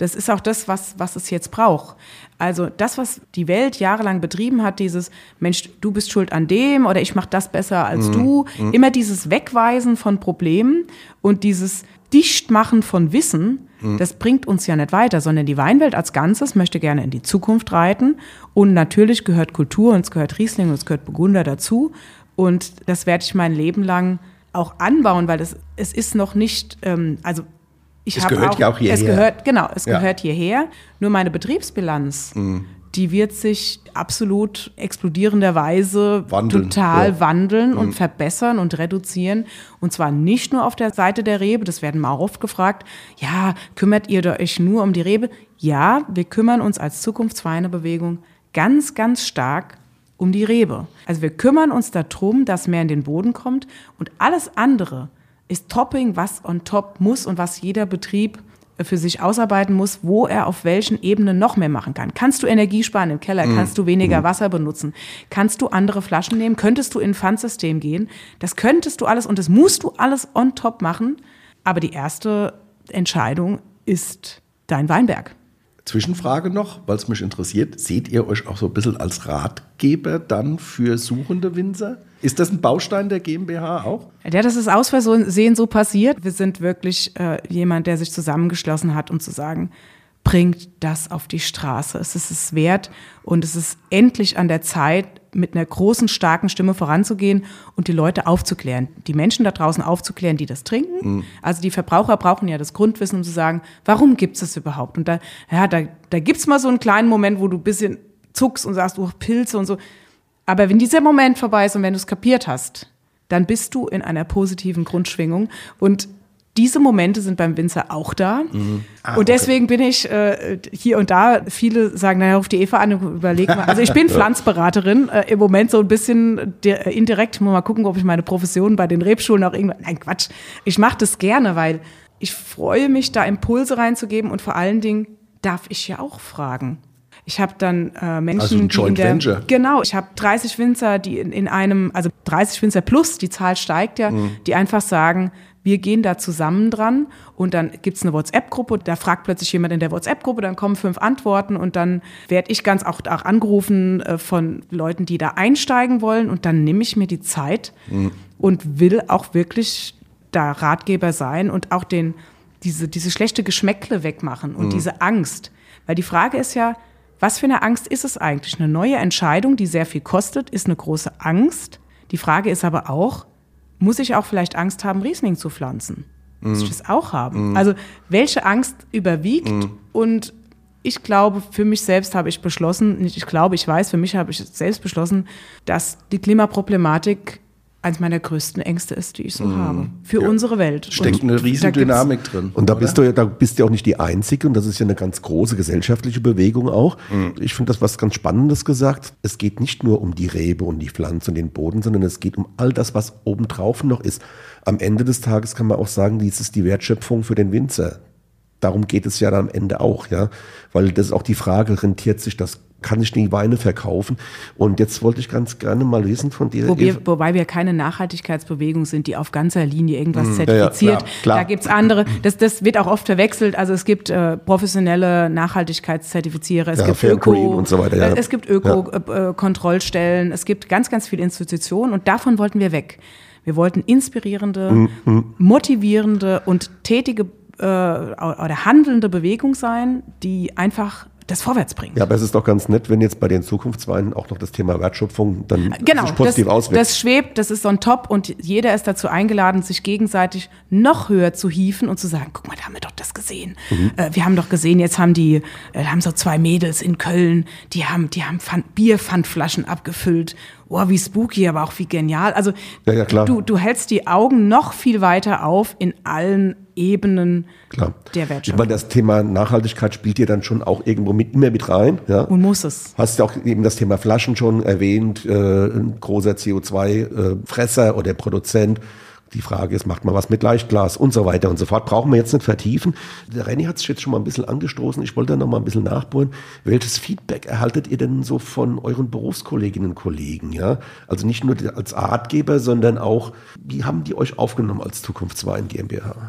Das ist auch das, was, was es jetzt braucht. Also das, was die Welt jahrelang betrieben hat, dieses Mensch, du bist schuld an dem oder ich mache das besser als mhm. du. Mhm. Immer dieses Wegweisen von Problemen und dieses Dichtmachen von Wissen, mhm. das bringt uns ja nicht weiter, sondern die Weinwelt als Ganzes möchte gerne in die Zukunft reiten. Und natürlich gehört Kultur und es gehört Riesling und es gehört Burgunder dazu. Und das werde ich mein Leben lang auch anbauen, weil das, es ist noch nicht, ähm, also ich es gehört auch, ja auch hierher. Es gehört, genau, es ja. gehört hierher. Nur meine Betriebsbilanz, mhm. die wird sich absolut explodierenderweise wandeln. total ja. wandeln mhm. und verbessern und reduzieren. Und zwar nicht nur auf der Seite der Rebe, das werden wir auch oft gefragt, ja, kümmert ihr euch nur um die Rebe? Ja, wir kümmern uns als Zukunftsweinebewegung ganz, ganz stark um die Rebe. Also wir kümmern uns darum, dass mehr in den Boden kommt und alles andere ist Topping, was on top muss und was jeder Betrieb für sich ausarbeiten muss, wo er auf welchen Ebenen noch mehr machen kann. Kannst du Energie sparen im Keller? Mm. Kannst du weniger mm. Wasser benutzen? Kannst du andere Flaschen nehmen? Könntest du in ein Pfandsystem gehen? Das könntest du alles und das musst du alles on top machen. Aber die erste Entscheidung ist dein Weinberg. Zwischenfrage noch, weil es mich interessiert. Seht ihr euch auch so ein bisschen als Ratgeber dann für suchende Winzer? Ist das ein Baustein der GmbH auch? Ja, das ist aus Versehen so passiert. Wir sind wirklich äh, jemand, der sich zusammengeschlossen hat, um zu sagen, bringt das auf die Straße. Es ist es wert und es ist endlich an der Zeit, mit einer großen, starken Stimme voranzugehen und die Leute aufzuklären, die Menschen da draußen aufzuklären, die das trinken. Mhm. Also die Verbraucher brauchen ja das Grundwissen, um zu sagen, warum gibt es das überhaupt? Und da, ja, da, da gibt es mal so einen kleinen Moment, wo du ein bisschen zuckst und sagst, oh, Pilze und so. Aber wenn dieser Moment vorbei ist und wenn du es kapiert hast, dann bist du in einer positiven Grundschwingung. Und diese Momente sind beim Winzer auch da. Mhm. Ah, und deswegen okay. bin ich äh, hier und da, viele sagen, naja, ruf die Eva an und überleg mal. Also ich bin Pflanzberaterin, äh, im Moment so ein bisschen de- indirekt. Muss mal gucken, ob ich meine Profession bei den Rebschulen auch irgendwann, nein Quatsch, ich mache das gerne, weil ich freue mich, da Impulse reinzugeben und vor allen Dingen darf ich ja auch fragen. Ich habe dann äh, Menschen, also ein Joint die in der, Venture. Genau, ich habe dreißig Winzer, die in, in einem, also dreißig Winzer plus, die Zahl steigt ja, mhm. die einfach sagen, wir gehen da zusammen dran und dann gibt's eine WhatsApp-Gruppe, da fragt plötzlich jemand in der WhatsApp-Gruppe, dann kommen fünf Antworten und dann werde ich ganz auch, auch angerufen äh, von Leuten, die da einsteigen wollen und dann nehme ich mir die Zeit mhm. und will auch wirklich da Ratgeber sein und auch den, diese, diese schlechte Geschmäckle wegmachen und mhm. diese Angst. Weil die Frage ist ja, was für eine Angst ist es eigentlich? Eine neue Entscheidung, die sehr viel kostet, ist eine große Angst. Die Frage ist aber auch, muss ich auch vielleicht Angst haben, Riesling zu pflanzen? Mm. Muss ich das auch haben? Mm. Also welche Angst überwiegt? Mm. Und ich glaube, für mich selbst habe ich beschlossen, nicht ich glaube, ich weiß, für mich habe ich selbst beschlossen, dass die Klimaproblematik eines meiner größten Ängste ist, die ich so mm. habe. Für ja. unsere Welt. Steckt eine Riesendynamik drin. Und da bist du ja, da bist du ja auch nicht die Einzige und das ist ja eine ganz große gesellschaftliche Bewegung auch. Mm. Ich finde das was ganz Spannendes gesagt. Es geht nicht nur um die Rebe und die Pflanze und den Boden, sondern es geht um all das, was obendrauf noch ist. Am Ende des Tages kann man auch sagen, dies ist die Wertschöpfung für den Winzer. Darum geht es ja dann am Ende auch, ja. Weil das ist auch die Frage, rentiert sich das? Kann ich die Weine verkaufen? Und jetzt wollte ich ganz gerne mal wissen von dir. Wo wir, wobei wir keine Nachhaltigkeitsbewegung sind, die auf ganzer Linie irgendwas mm, zertifiziert. Ja, ja, klar, klar. Da gibt's andere. Das, das wird auch oft verwechselt. Also es gibt äh, professionelle Nachhaltigkeitszertifizierer, es ja, gibt Öko und so weiter. Ja. Es gibt Öko-Kontrollstellen, ja. äh, es gibt ganz, ganz viele Institutionen und davon wollten wir weg. Wir wollten inspirierende, mm, mm. motivierende und tätige äh, oder handelnde Bewegung sein, die einfach das vorwärts bringt. Ja, aber es ist doch ganz nett, wenn jetzt bei den Zukunftsweinen auch noch das Thema Wertschöpfung dann genau, sich positiv das, auswirkt. Das schwebt, das ist so ein Top und jeder ist dazu eingeladen, sich gegenseitig noch höher zu hieven und zu sagen, guck mal, da haben wir doch das gesehen. Mhm. Äh, wir haben doch gesehen, jetzt haben die, äh, haben so zwei Mädels in Köln, die haben, die haben Pfand, Bierpfandflaschen abgefüllt. Oh, wie spooky, aber auch wie genial. Also ja, ja, klar. Du, du hältst die Augen noch viel weiter auf in allen Ebenen klar. der Wertschöpfung. Weil das Thema Nachhaltigkeit spielt dir dann schon auch irgendwo mit, immer mit rein. Ja? Und muss es. Hast ja auch eben das Thema Flaschen schon erwähnt, äh, ein großer C O zwei Fresser oder Produzent. Die Frage ist, macht man was mit Leichtglas und so weiter und so fort. Brauchen wir jetzt nicht vertiefen. Der René hat sich jetzt schon mal ein bisschen angestoßen. Ich wollte da noch mal ein bisschen nachbohren. Welches Feedback erhaltet ihr denn so von euren Berufskolleginnen und Kollegen? Ja? Also nicht nur als Ratgeber, sondern auch, wie haben die euch aufgenommen als Zukunftswein GmbH?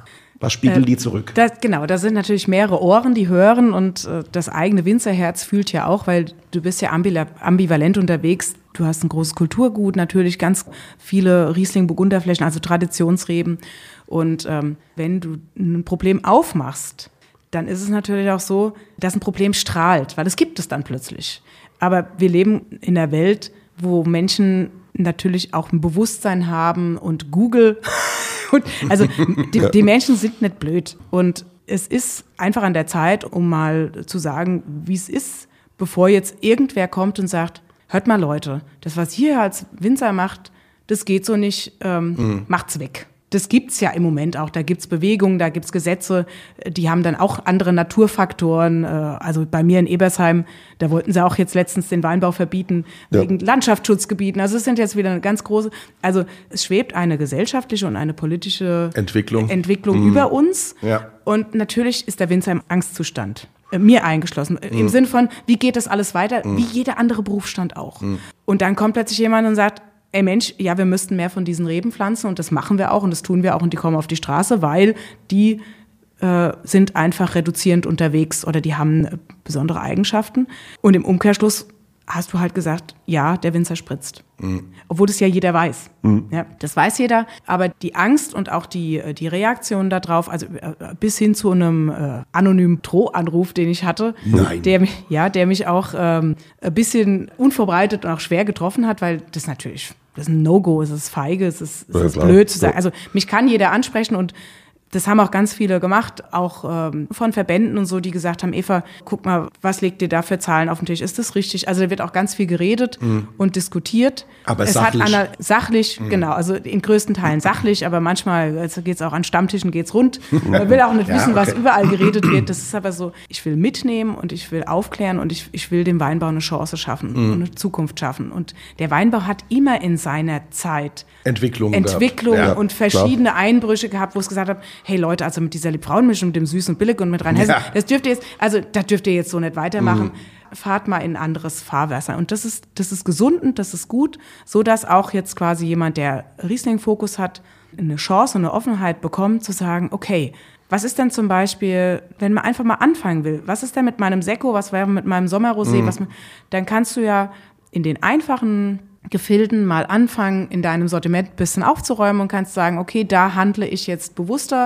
Was spiegeln die zurück? Das, genau, da sind natürlich mehrere Ohren, die hören und äh, das eigene Winzerherz fühlt ja auch, weil du bist ja ambivalent unterwegs. Du hast ein großes Kulturgut, natürlich ganz viele Riesling-Burgunderflächen, also Traditionsreben. Und ähm, wenn du ein Problem aufmachst, dann ist es natürlich auch so, dass ein Problem strahlt, weil es gibt es dann plötzlich. Aber wir leben in einer Welt, wo Menschen natürlich auch ein Bewusstsein haben und Google. Und also die, die Menschen sind nicht blöd. Und es ist einfach an der Zeit, um mal zu sagen, wie es ist, bevor jetzt irgendwer kommt und sagt, hört mal Leute, das, was ihr als Winzer macht, das geht so nicht, ähm, mhm. macht's weg. Das gibt's ja im Moment auch. Da gibt's Bewegungen, da gibt's Gesetze, die haben dann auch andere Naturfaktoren. Also bei mir in Ebersheim, da wollten sie auch jetzt letztens den Weinbau verbieten, ja. wegen Landschaftsschutzgebieten. Also es sind jetzt wieder eine ganz große, also es schwebt eine gesellschaftliche und eine politische Entwicklung, Entwicklung mhm. über uns. Ja. Und natürlich ist der Winzer im Angstzustand. Mir eingeschlossen. Mhm. Im Sinn von, wie geht das alles weiter? Mhm. Wie jeder andere Berufsstand auch. Mhm. Und dann kommt plötzlich jemand und sagt, ey Mensch, ja, wir müssten mehr von diesen Reben pflanzen und das machen wir auch und das tun wir auch und die kommen auf die Straße, weil die äh, sind einfach reduzierend unterwegs oder die haben äh, besondere Eigenschaften. Und im Umkehrschluss hast du halt gesagt, ja, der Winzer spritzt. Mhm. Obwohl das ja jeder weiß. Mhm. Ja, das weiß jeder, aber die Angst und auch die, die Reaktion darauf, also äh, bis hin zu einem äh, anonymen Drohanruf, den ich hatte, Nein. Der, ja, der mich auch ähm, ein bisschen unvorbereitet und auch schwer getroffen hat, weil das natürlich, das ist ein No-Go, es ist feige, es ist, es ja, ist blöd zu sagen. Also mich kann jeder ansprechen und das haben auch ganz viele gemacht, auch ähm, von Verbänden und so, die gesagt haben, Eva, guck mal, was legt ihr da für Zahlen auf den Tisch? Ist das richtig? Also da wird auch ganz viel geredet mhm. und diskutiert. Aber es sachlich. Hat ana- sachlich, mhm. genau, also in größten Teilen sachlich, aber manchmal also geht es auch an Stammtischen, geht's rund. Man will auch nicht ja, wissen, okay. was überall geredet wird. Das ist aber so, ich will mitnehmen und ich will aufklären und ich, ich will dem Weinbau eine Chance schaffen mhm. und eine Zukunft schaffen. Und der Weinbau hat immer in seiner Zeit Entwicklung, Entwicklung ja, und verschiedene klar. Einbrüche gehabt, wo es gesagt hat, hey Leute, also mit dieser Liebfrauenmischung, mit dem Süß und Billig und mit Rheinhessen, ja. das dürft ihr jetzt, also das dürft ihr jetzt so nicht weitermachen. Mhm. Fahrt mal in ein anderes Fahrwasser. Und das ist, das ist gesund und das ist gut, so dass auch jetzt quasi jemand, der Riesling-Fokus hat, eine Chance und eine Offenheit bekommt, zu sagen, okay, was ist denn zum Beispiel, wenn man einfach mal anfangen will, was ist denn mit meinem Sekko, was wäre mit meinem Sommerrosé, mhm. was, dann kannst du ja in den einfachen Gefilden mal anfangen, in deinem Sortiment ein bisschen aufzuräumen und kannst sagen, okay, da handle ich jetzt bewusster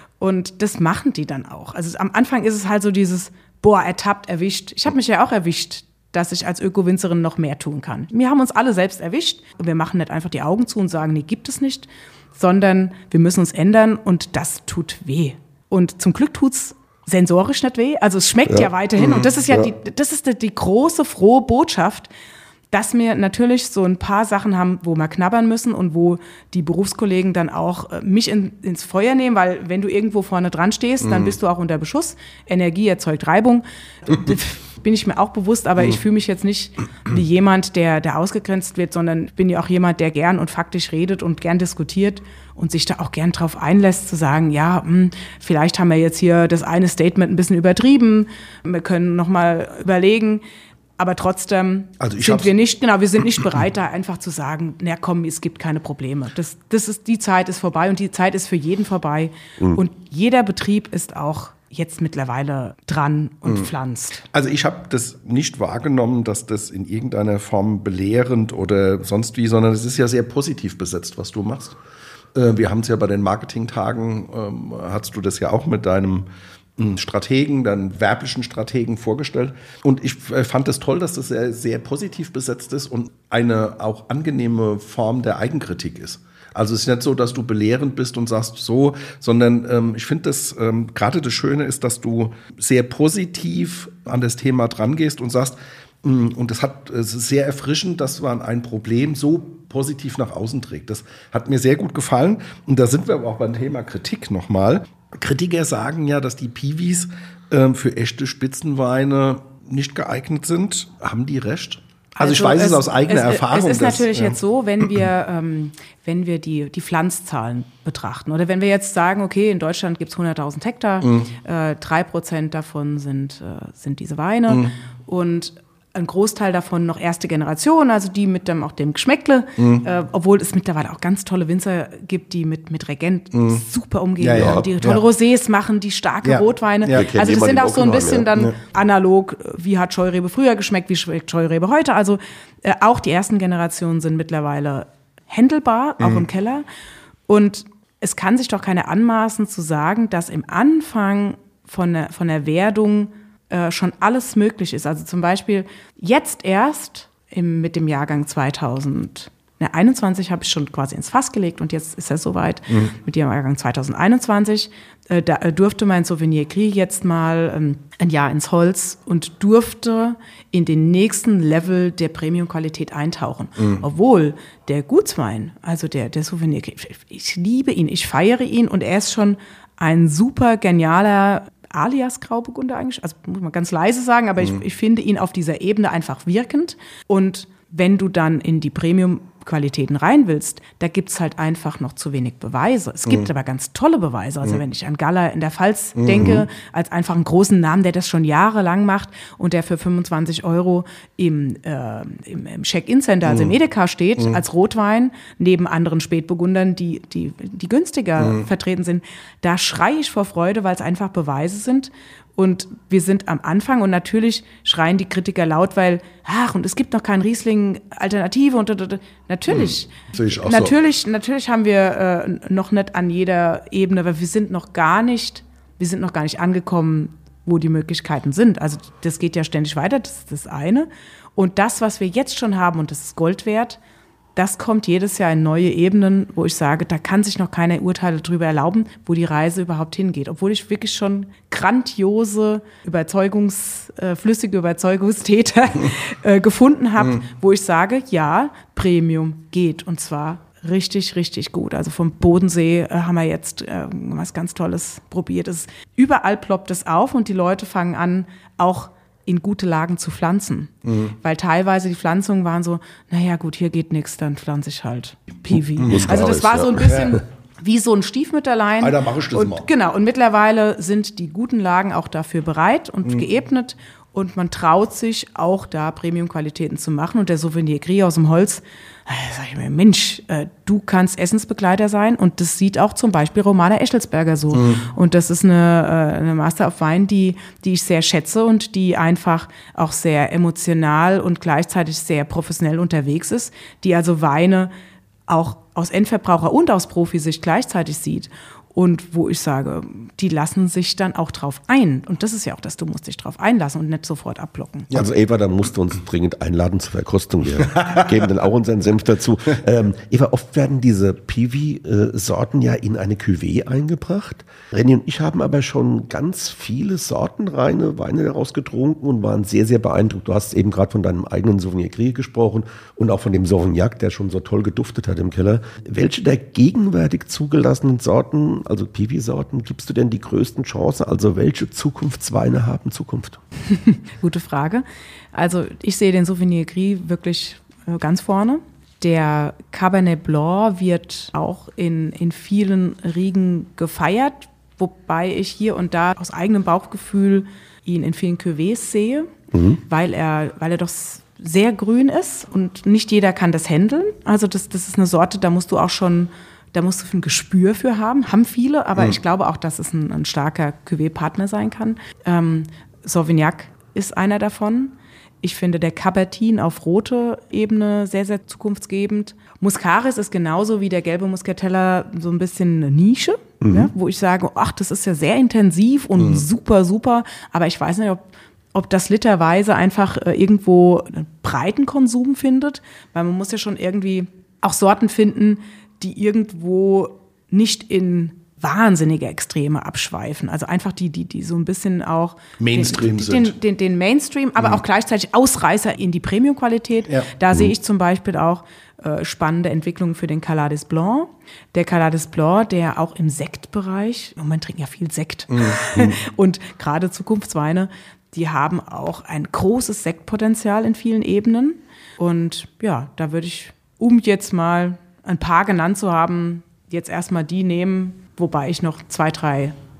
und das machen die dann auch. Also am Anfang ist es halt so dieses, boah, ertappt, erwischt. Ich habe mich ja auch erwischt, dass ich als Öko-Winzerin noch mehr tun kann. Wir haben uns alle selbst erwischt und wir machen nicht einfach die Augen zu und sagen, nee, gibt es nicht, sondern wir müssen uns ändern und das tut weh. Und zum Glück tut's sensorisch nicht weh, also es schmeckt ja, ja weiterhin mhm. und das ist ja, ja. die, das ist die, die große, frohe Botschaft, dass wir natürlich so ein paar Sachen haben, wo wir knabbern müssen und wo die Berufskollegen dann auch äh, mich in, ins Feuer nehmen, weil wenn du irgendwo vorne dran stehst, mhm. dann bist du auch unter Beschuss. Energie erzeugt Reibung. Bin ich mir auch bewusst, aber ich fühle mich jetzt nicht wie jemand, der, der ausgegrenzt wird, sondern ich bin ja auch jemand, der gern und faktisch redet und gern diskutiert und sich da auch gern drauf einlässt, zu sagen, ja, mh, vielleicht haben wir jetzt hier das eine Statement ein bisschen übertrieben, wir können nochmal überlegen. Aber trotzdem also sind wir nicht, genau, wir sind nicht bereit, da einfach zu sagen, na komm, es gibt keine Probleme. Das, das ist, die Zeit ist vorbei und die Zeit ist für jeden vorbei. Mhm. Und jeder Betrieb ist auch jetzt mittlerweile dran und mhm. pflanzt. Also ich habe das nicht wahrgenommen, dass das in irgendeiner Form belehrend oder sonst wie, sondern es ist ja sehr positiv besetzt, was du machst. Äh, wir haben es ja bei den Marketingtagen, ähm, hattest du das ja auch mit deinem Strategen, dann werblichen Strategen vorgestellt. Und ich fand es toll, dass das sehr, sehr positiv besetzt ist und eine auch angenehme Form der Eigenkritik ist. Also es ist nicht so, dass du belehrend bist und sagst so, sondern ähm, ich finde das, ähm, gerade das Schöne ist, dass du sehr positiv an das Thema dran gehst und sagst, mh, und das hat, es ist sehr erfrischend, dass man ein Problem so positiv nach außen trägt. Das hat mir sehr gut gefallen. Und da sind wir aber auch beim Thema Kritik nochmal. Kritiker sagen ja, dass die Piwis äh, für echte Spitzenweine nicht geeignet sind. Haben die recht? Also, also ich weiß es, es aus eigener es, Erfahrung. Es ist dass, natürlich ja. jetzt so, wenn wir, ähm, wenn wir die, die Pflanzzahlen betrachten oder wenn wir jetzt sagen, okay, in Deutschland gibt es hunderttausend Hektar, mhm. äh, drei Prozent davon sind, äh, sind diese Weine mhm. und ein Großteil davon noch erste Generation, also die mit dem, auch dem Geschmäckle, mhm. äh, obwohl es mittlerweile auch ganz tolle Winzer gibt, die mit, mit Regent mhm. super umgehen, ja, ja. die tolle ja. Rosés machen, die starke ja. Rotweine. Ja. Also es sind auch so ein bisschen dann ja. analog, wie hat Scheurebe früher geschmeckt, wie schmeckt Scheurebe heute. Also äh, auch die ersten Generationen sind mittlerweile händelbar, auch mhm. im Keller. Und es kann sich doch keiner anmaßen zu sagen, dass im Anfang von der, von der Werdung schon alles möglich ist. Also zum Beispiel jetzt erst im, mit dem Jahrgang zweitausendeinundzwanzig habe ich schon quasi ins Fass gelegt und jetzt ist er soweit mhm. mit dem Jahrgang zweitausendeinundzwanzig. Äh, da durfte mein Sauvignon Gris jetzt mal ähm, ein Jahr ins Holz und durfte in den nächsten Level der Premium-Qualität eintauchen. Mhm. Obwohl der Gutswein, also der, der Sauvignon Gris, ich liebe ihn, ich feiere ihn und er ist schon ein super genialer alias Grauburgunder eigentlich, also muss man ganz leise sagen, aber mhm. ich, ich finde ihn auf dieser Ebene einfach wirkend. Und wenn du dann in die Premium-Qualitäten rein willst, da gibt's halt einfach noch zu wenig Beweise. Es gibt mhm. aber ganz tolle Beweise. Also mhm. wenn ich an Galler in der Pfalz mhm. denke, als einfach einen großen Namen, der das schon jahrelang macht und der für fünfundzwanzig Euro im, äh, im, im Check-in-Center, also im Edeka steht, mhm. als Rotwein, neben anderen Spätburgundern, die, die, die günstiger mhm. vertreten sind, da schreie ich vor Freude, weil es einfach Beweise sind. Und wir sind am Anfang und natürlich schreien die Kritiker laut, weil, ach, und es gibt noch kein Riesling-Alternative und, und, und natürlich, hm, ich auch natürlich, so. natürlich haben wir äh, noch nicht an jeder Ebene, weil wir sind noch gar nicht, wir sind noch gar nicht angekommen, wo die Möglichkeiten sind. Also das geht ja ständig weiter, das ist das eine. Und das, was wir jetzt schon haben, und das ist Gold wert, das kommt jedes Jahr in neue Ebenen, wo ich sage, da kann sich noch keiner Urteile drüber erlauben, wo die Reise überhaupt hingeht. Obwohl ich wirklich schon grandiose, Überzeugungs, äh, flüssige Überzeugungstäter äh, gefunden habe, mhm. wo ich sage, ja, Premium geht und zwar richtig, richtig gut. Also vom Bodensee äh, haben wir jetzt äh, was ganz Tolles probiert. Es, überall ploppt es auf und die Leute fangen an, auch in gute Lagen zu pflanzen. Mhm. Weil teilweise die Pflanzungen waren so, naja gut, hier geht nichts, dann pflanze ich halt Piwi. Mhm. Also das war so ein bisschen ja. wie so ein Stiefmütterlein. Ah, da mache ich das und, mal. Genau, und mittlerweile sind die guten Lagen auch dafür bereit und mhm. geebnet und man traut sich auch da Premium-Qualitäten zu machen. Und der Sauvignon Gris aus dem Holz, da sag ich mir, Mensch, äh, du kannst Essensbegleiter sein und das sieht auch zum Beispiel Romana Eschelsberger so. Mhm. Und das ist eine, äh, eine Master of Wine, die, die ich sehr schätze und die einfach auch sehr emotional und gleichzeitig sehr professionell unterwegs ist, die also Weine auch aus Endverbraucher- und aus Profisicht gleichzeitig sieht. Und wo ich sage, die lassen sich dann auch drauf ein. Und das ist ja auch das, du musst dich drauf einlassen und nicht sofort abblocken. Ja, also Eva, da musst du uns dringend einladen zur Verkostung. Wir geben dann auch unseren Senf dazu. Ähm, Eva, oft werden diese Piwi-Sorten ja in eine Cuvée eingebracht. Renny und ich haben aber schon ganz viele sortenreine Weine daraus getrunken und waren sehr, sehr beeindruckt. Du hast eben gerade von deinem eigenen Sauvignon Gris gesprochen und auch von dem Sauvignac, der schon so toll geduftet hat im Keller. Welche der gegenwärtig zugelassenen Sorten, also Piwi-Sorten, gibst du denn die größten Chancen? Also welche Zukunftsweine haben Zukunft? Gute Frage. Also ich sehe den Sauvignon Gris wirklich ganz vorne. Der Cabernet Blanc wird auch in, in vielen Riegen gefeiert, wobei ich hier und da aus eigenem Bauchgefühl ihn in vielen Cuvées sehe, mhm. weil er, weil er doch sehr grün ist und nicht jeder kann das handeln. Also das, das ist eine Sorte, da musst du auch schon Da musst du ein Gespür für haben, haben viele, aber mhm. ich glaube auch, dass es ein, ein starker Cuvée-Partner sein kann. Ähm, Sauvignac ist einer davon. Ich finde der Cabertin auf rote Ebene sehr, sehr zukunftsgebend. Muscaris ist genauso wie der gelbe Muscatella so ein bisschen eine Nische, mhm. ja, wo ich sage, ach, das ist ja sehr intensiv und mhm. super, super, aber ich weiß nicht, ob ob das literweise einfach äh, irgendwo einen breiten Konsum findet, weil man muss ja schon irgendwie auch Sorten finden, die irgendwo nicht in wahnsinnige Extreme abschweifen. Also einfach die, die, die so ein bisschen auch Mainstream den, sind. Den, den, den Mainstream, aber mhm. auch gleichzeitig Ausreißer in die Premium-Qualität. Ja. Da mhm. sehe ich zum Beispiel auch äh, spannende Entwicklungen für den Calades Blanc. Der Calades Blanc, der auch im Sektbereich, und man trinkt ja viel Sekt, mhm. und gerade Zukunftsweine, die haben auch ein großes Sektpotenzial in vielen Ebenen. Und ja, da würde ich, um jetzt mal ein paar genannt zu haben, jetzt erstmal die nehmen, wobei ich noch zwei, drei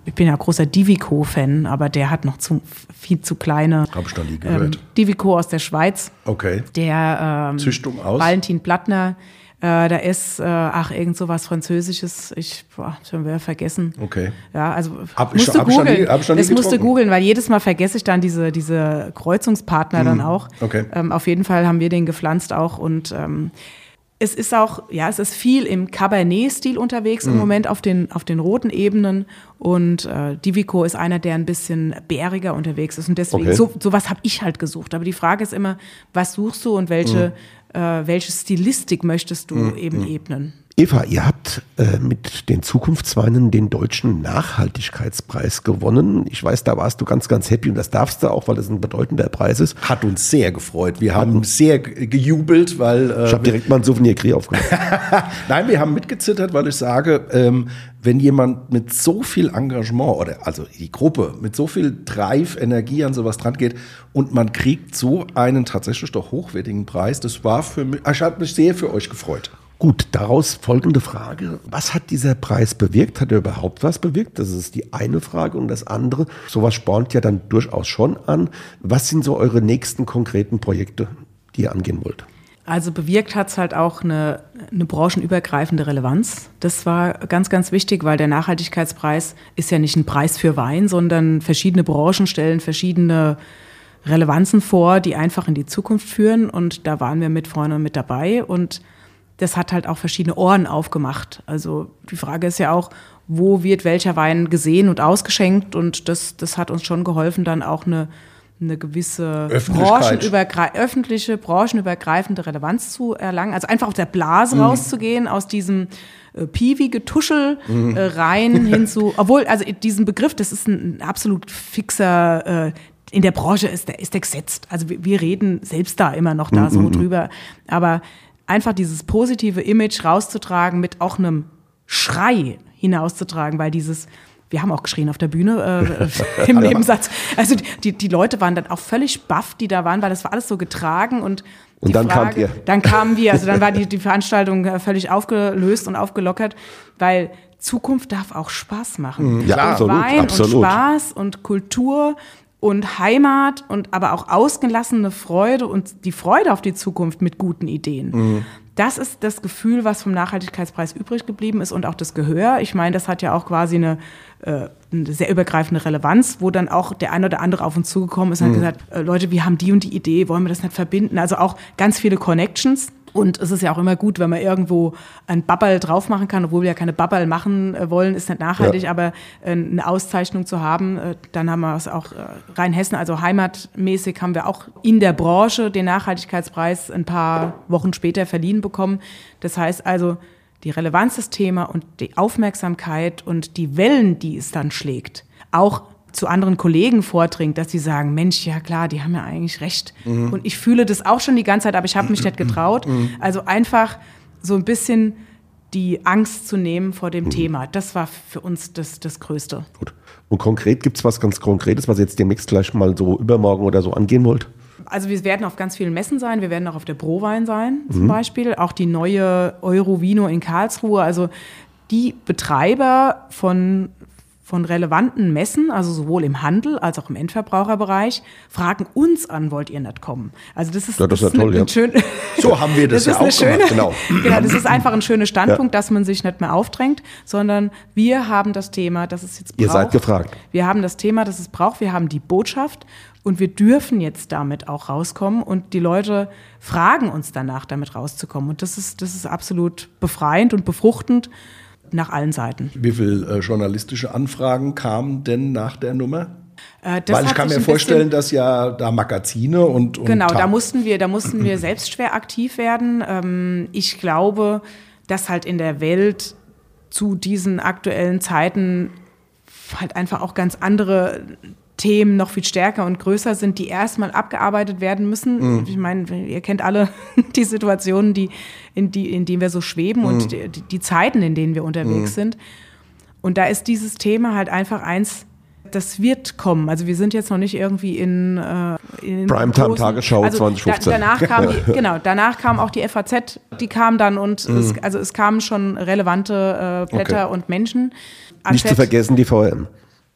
ich bin ja großer Divico-Fan, aber der hat noch zu, viel zu kleine. Habe ich noch nie gehört. Ähm, Divico aus der Schweiz. Okay. Der ähm, Züchtung aus? Valentin Plattner. Äh, da ist, äh, ach, irgend so was Französisches, ich boah, schon wieder vergessen. Okay. Ja, also hab musste ich, hab googeln. Ich nie, hab ich das musste googeln, weil jedes Mal vergesse ich dann diese, diese Kreuzungspartner mhm. dann auch. Okay. Ähm, auf jeden Fall haben wir den gepflanzt auch und ähm, es ist auch, ja, es ist viel im Cabernet-Stil unterwegs mhm. im Moment auf den, auf den roten Ebenen und äh, Divico ist einer, der ein bisschen bäriger unterwegs ist und deswegen, okay. so sowas habe ich halt gesucht. Aber die Frage ist immer, was suchst du und welche mhm. Äh, welche Stilistik möchtest du mm, eben mm. ebnen? Eva, ihr habt äh, mit den Zukunftsweinen den deutschen Nachhaltigkeitspreis gewonnen. Ich weiß, da warst du ganz, ganz happy und das darfst du auch, weil das ein bedeutender Preis ist. Hat uns sehr gefreut. Wir haben sehr gejubelt, weil... Äh, ich habe direkt mal ein Souvenir aufgenommen. Nein, wir haben mitgezittert, weil ich sage, ähm, wenn jemand mit so viel Engagement, oder also die Gruppe, mit so viel Drive, Energie an sowas dran geht und man kriegt so einen tatsächlich doch hochwertigen Preis, das war für mich, ich habe mich sehr für euch gefreut. Gut, daraus folgende Frage. Was hat dieser Preis bewirkt? Hat er überhaupt was bewirkt? Das ist die eine Frage. Und das andere, sowas spornt ja dann durchaus schon an. Was sind so eure nächsten konkreten Projekte, die ihr angehen wollt? Also bewirkt hat es halt auch eine, eine branchenübergreifende Relevanz. Das war ganz, ganz wichtig, weil der Nachhaltigkeitspreis ist ja nicht ein Preis für Wein, sondern verschiedene Branchen stellen verschiedene Relevanzen vor, die einfach in die Zukunft führen. Und da waren wir mit vorne mit dabei und das hat halt auch verschiedene Ohren aufgemacht. Also die Frage ist ja auch, wo wird welcher Wein gesehen und ausgeschenkt? Und das, das hat uns schon geholfen, dann auch eine, eine gewisse branchenübergreif- öffentliche, branchenübergreifende Relevanz zu erlangen. Also einfach aus der Blase mhm. rauszugehen, aus diesem äh, Piwi-Getuschel mhm. äh, rein hin zu, obwohl, also diesen Begriff, das ist ein, ein absolut fixer, äh, in der Branche ist der, ist der gesetzt. Also wir, wir reden selbst da immer noch da mhm. so drüber. Aber einfach dieses positive Image rauszutragen, mit auch einem Schrei hinauszutragen, weil dieses, wir haben auch geschrien auf der Bühne äh, im Nebensatz. Also die, die Leute waren dann auch völlig baff, die da waren, weil das war alles so getragen und Und dann Frage, kamt ihr. Dann kamen wir, also dann war die, die Veranstaltung völlig aufgelöst und aufgelockert, weil Zukunft darf auch Spaß machen. Ja, und absolut, Wein absolut. und Spaß und Kultur und Heimat und aber auch ausgelassene Freude und die Freude auf die Zukunft mit guten Ideen. Mhm. Das ist das Gefühl, was vom Nachhaltigkeitspreis übrig geblieben ist und auch das Gehör. Ich meine, das hat ja auch quasi eine, äh, eine sehr übergreifende Relevanz, wo dann auch der eine oder andere auf uns zugekommen ist und mhm. hat gesagt, äh, Leute, wir haben die und die Idee, wollen wir das nicht verbinden? Also auch ganz viele Connections. Und es ist ja auch immer gut, wenn man irgendwo ein Babberl drauf machen kann, obwohl wir ja keine Babberl machen wollen, ist nicht nachhaltig, ja. aber äh, eine Auszeichnung zu haben, äh, dann haben wir es auch äh, Rheinhessen, also heimatmäßig haben wir auch in der Branche den Nachhaltigkeitspreis ein paar Wochen später verliehen bekommen. Das heißt also, die Relevanz des Themas und die Aufmerksamkeit und die Wellen, die es dann schlägt, auch zu anderen Kollegen vordringt, dass sie sagen, Mensch, ja klar, die haben ja eigentlich recht. Mhm. Und ich fühle das auch schon die ganze Zeit, aber ich habe mich nicht getraut. Mhm. Also einfach so ein bisschen die Angst zu nehmen vor dem mhm. Thema. Das war für uns das, das Größte. Gut. Und konkret, gibt es was ganz Konkretes, was ihr jetzt demnächst gleich mal so übermorgen oder so angehen wollt? Also wir werden auf ganz vielen Messen sein. Wir werden auch auf der Prowein sein zum mhm. Beispiel. Auch die neue Eurovino in Karlsruhe. Also die Betreiber von von relevanten Messen, also sowohl im Handel als auch im Endverbraucherbereich, fragen uns an, wollt ihr nicht kommen? Also das ist, ja, das das ist ja toll, ein, ein ja. schön, so haben wir das, das ja auch schöne, gemacht, genau. genau. Das ist einfach ein schöner Standpunkt, ja. dass man sich nicht mehr aufdrängt, sondern wir haben das Thema, das es jetzt braucht. Ihr seid gefragt. Wir haben das Thema, das es braucht, wir haben die Botschaft und wir dürfen jetzt damit auch rauskommen und die Leute fragen uns danach, damit rauszukommen. Und das ist, das ist absolut befreiend und befruchtend, nach allen Seiten. Wie viele äh, journalistische Anfragen kamen denn nach der Nummer? Äh, Weil ich kann mir vorstellen, dass ja da Magazine und, und genau, Tag- da mussten wir, da mussten wir selbst schwer aktiv werden. Ähm, ich glaube, dass halt in der Welt zu diesen aktuellen Zeiten halt einfach auch ganz andere Themen noch viel stärker und größer sind, die erstmal abgearbeitet werden müssen. Mhm. Ich meine, ihr kennt alle die Situationen, die, in, die, in denen wir so schweben mhm. und die, die Zeiten, in denen wir unterwegs mhm. sind. Und da ist dieses Thema halt einfach eins, das wird kommen. Also wir sind jetzt noch nicht irgendwie in, äh, in Primetime Tagesschau also zwanzig fünfzehn. Da, danach kam die, genau, danach kam auch die F A Z, die kam dann und mhm. es, also es kamen schon relevante äh, Blätter okay. und Menschen. Nicht zu vergessen die V M.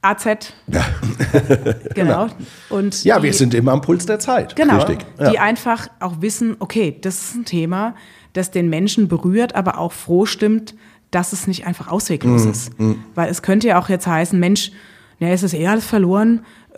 A Z. Ja. Genau. Und ja, die, wir sind immer am Puls der Zeit. Genau. Richtig. Die ja. einfach auch wissen, okay, das ist ein Thema, das den Menschen berührt, aber auch froh stimmt, dass es nicht einfach ausweglos mm, ist. Mm. Weil es könnte ja auch jetzt heißen, Mensch, ja, es ist eh alles verloren.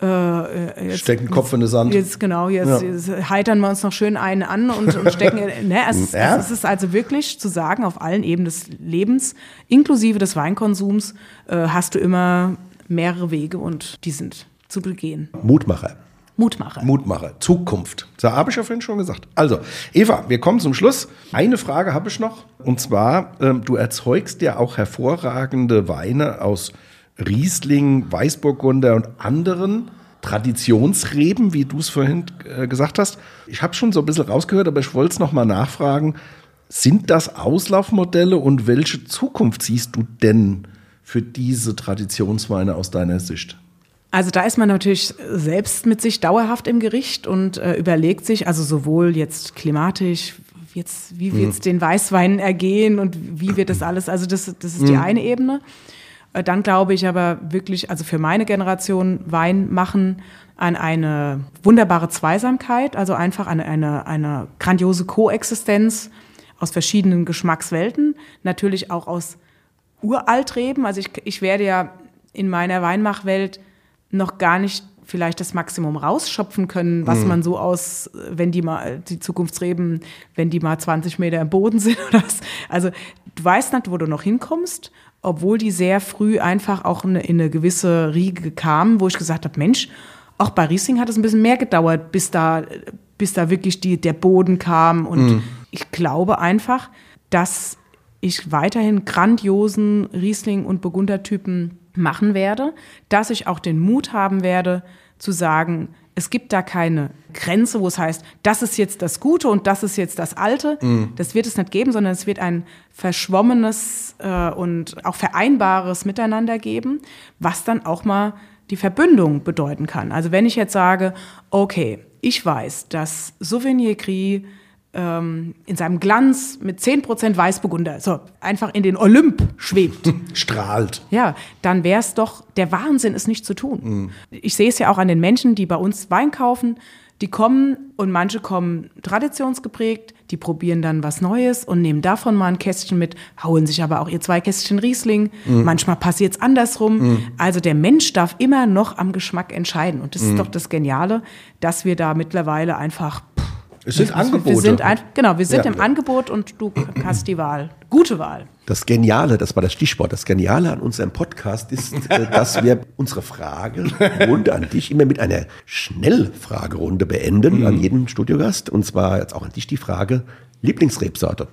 Äh, jetzt, stecken den Kopf in den Sand. Jetzt, genau, jetzt, ja. jetzt heitern wir uns noch schön einen an und, und stecken. ne, es, ja. es ist also wirklich zu sagen, auf allen Ebenen des Lebens, inklusive des Weinkonsums, äh, hast du immer mehrere Wege und die sind zu begehen. Mutmacher. Mutmacher. Mutmacher. Zukunft. Das habe ich ja vorhin schon gesagt. Also, Eva, wir kommen zum Schluss. Eine Frage habe ich noch. Und zwar, ähm, du erzeugst ja auch hervorragende Weine aus Riesling, Weißburgunder und anderen Traditionsreben, wie du es vorhin äh, gesagt hast. Ich habe schon so ein bisschen rausgehört, aber ich wollte es nochmal nachfragen. Sind das Auslaufmodelle und welche Zukunft siehst du denn für diese Traditionsweine aus deiner Sicht? Also da ist man natürlich selbst mit sich dauerhaft im Gericht und äh, überlegt sich, also sowohl jetzt klimatisch, jetzt, wie wird es mhm. den Weißweinen ergehen und wie wird das alles, also das, das ist mhm. die eine Ebene. Dann glaube ich aber wirklich, also für meine Generation Wein machen an eine wunderbare Zweisamkeit, also einfach an eine, eine grandiose Koexistenz aus verschiedenen Geschmackswelten, natürlich auch aus Uraltreben. Also ich, ich werde ja in meiner Weinmachwelt noch gar nicht vielleicht das Maximum rausschöpfen können, was mhm. man so aus, wenn die mal, die Zukunftsreben, wenn die mal zwanzig Meter im Boden sind oder was. Also du weißt nicht, wo du noch hinkommst, obwohl die sehr früh einfach auch in eine, in eine gewisse Riege kamen, wo ich gesagt habe, Mensch, auch bei Riesling hat es ein bisschen mehr gedauert, bis da, bis da wirklich die, der Boden kam. Und mhm. ich glaube einfach, dass ich weiterhin grandiosen Riesling- und Burgundertypen machen werde, dass ich auch den Mut haben werde, zu sagen, es gibt da keine Grenze, wo es heißt, das ist jetzt das Gute und das ist jetzt das Alte. Mm. Das wird es nicht geben, sondern es wird ein verschwommenes äh, und auch vereinbares Miteinander geben, was dann auch mal die Verbündung bedeuten kann. Also wenn ich jetzt sage, okay, ich weiß, dass Sauvignon Gris ähm, in seinem Glanz mit zehn Prozent Weißburgunder so einfach in den Olymp schwebt. Strahlt. Ja, dann wäre es doch, der Wahnsinn ist nicht zu tun. Mhm. Ich sehe es ja auch an den Menschen, die bei uns Wein kaufen, die kommen und manche kommen traditionsgeprägt, die probieren dann was Neues und nehmen davon mal ein Kästchen mit, hauen sich aber auch ihr zwei Kästchen Riesling. Mhm. Manchmal passiert es andersrum. Mhm. Also der Mensch darf immer noch am Geschmack entscheiden. Und das mhm. ist doch das Geniale, dass wir da mittlerweile einfach... Es sind Angebote. Wir sind ein, genau, wir sind ja. im Angebot und du hast die Wahl. Gute Wahl. Das Geniale, das war das Stichwort, das Geniale an unserem Podcast ist, dass wir unsere Fragerunde an dich immer mit einer Schnellfragerunde beenden, mhm. an jeden Studiogast. Und zwar jetzt auch an dich die Frage, Lieblingsrebsorte.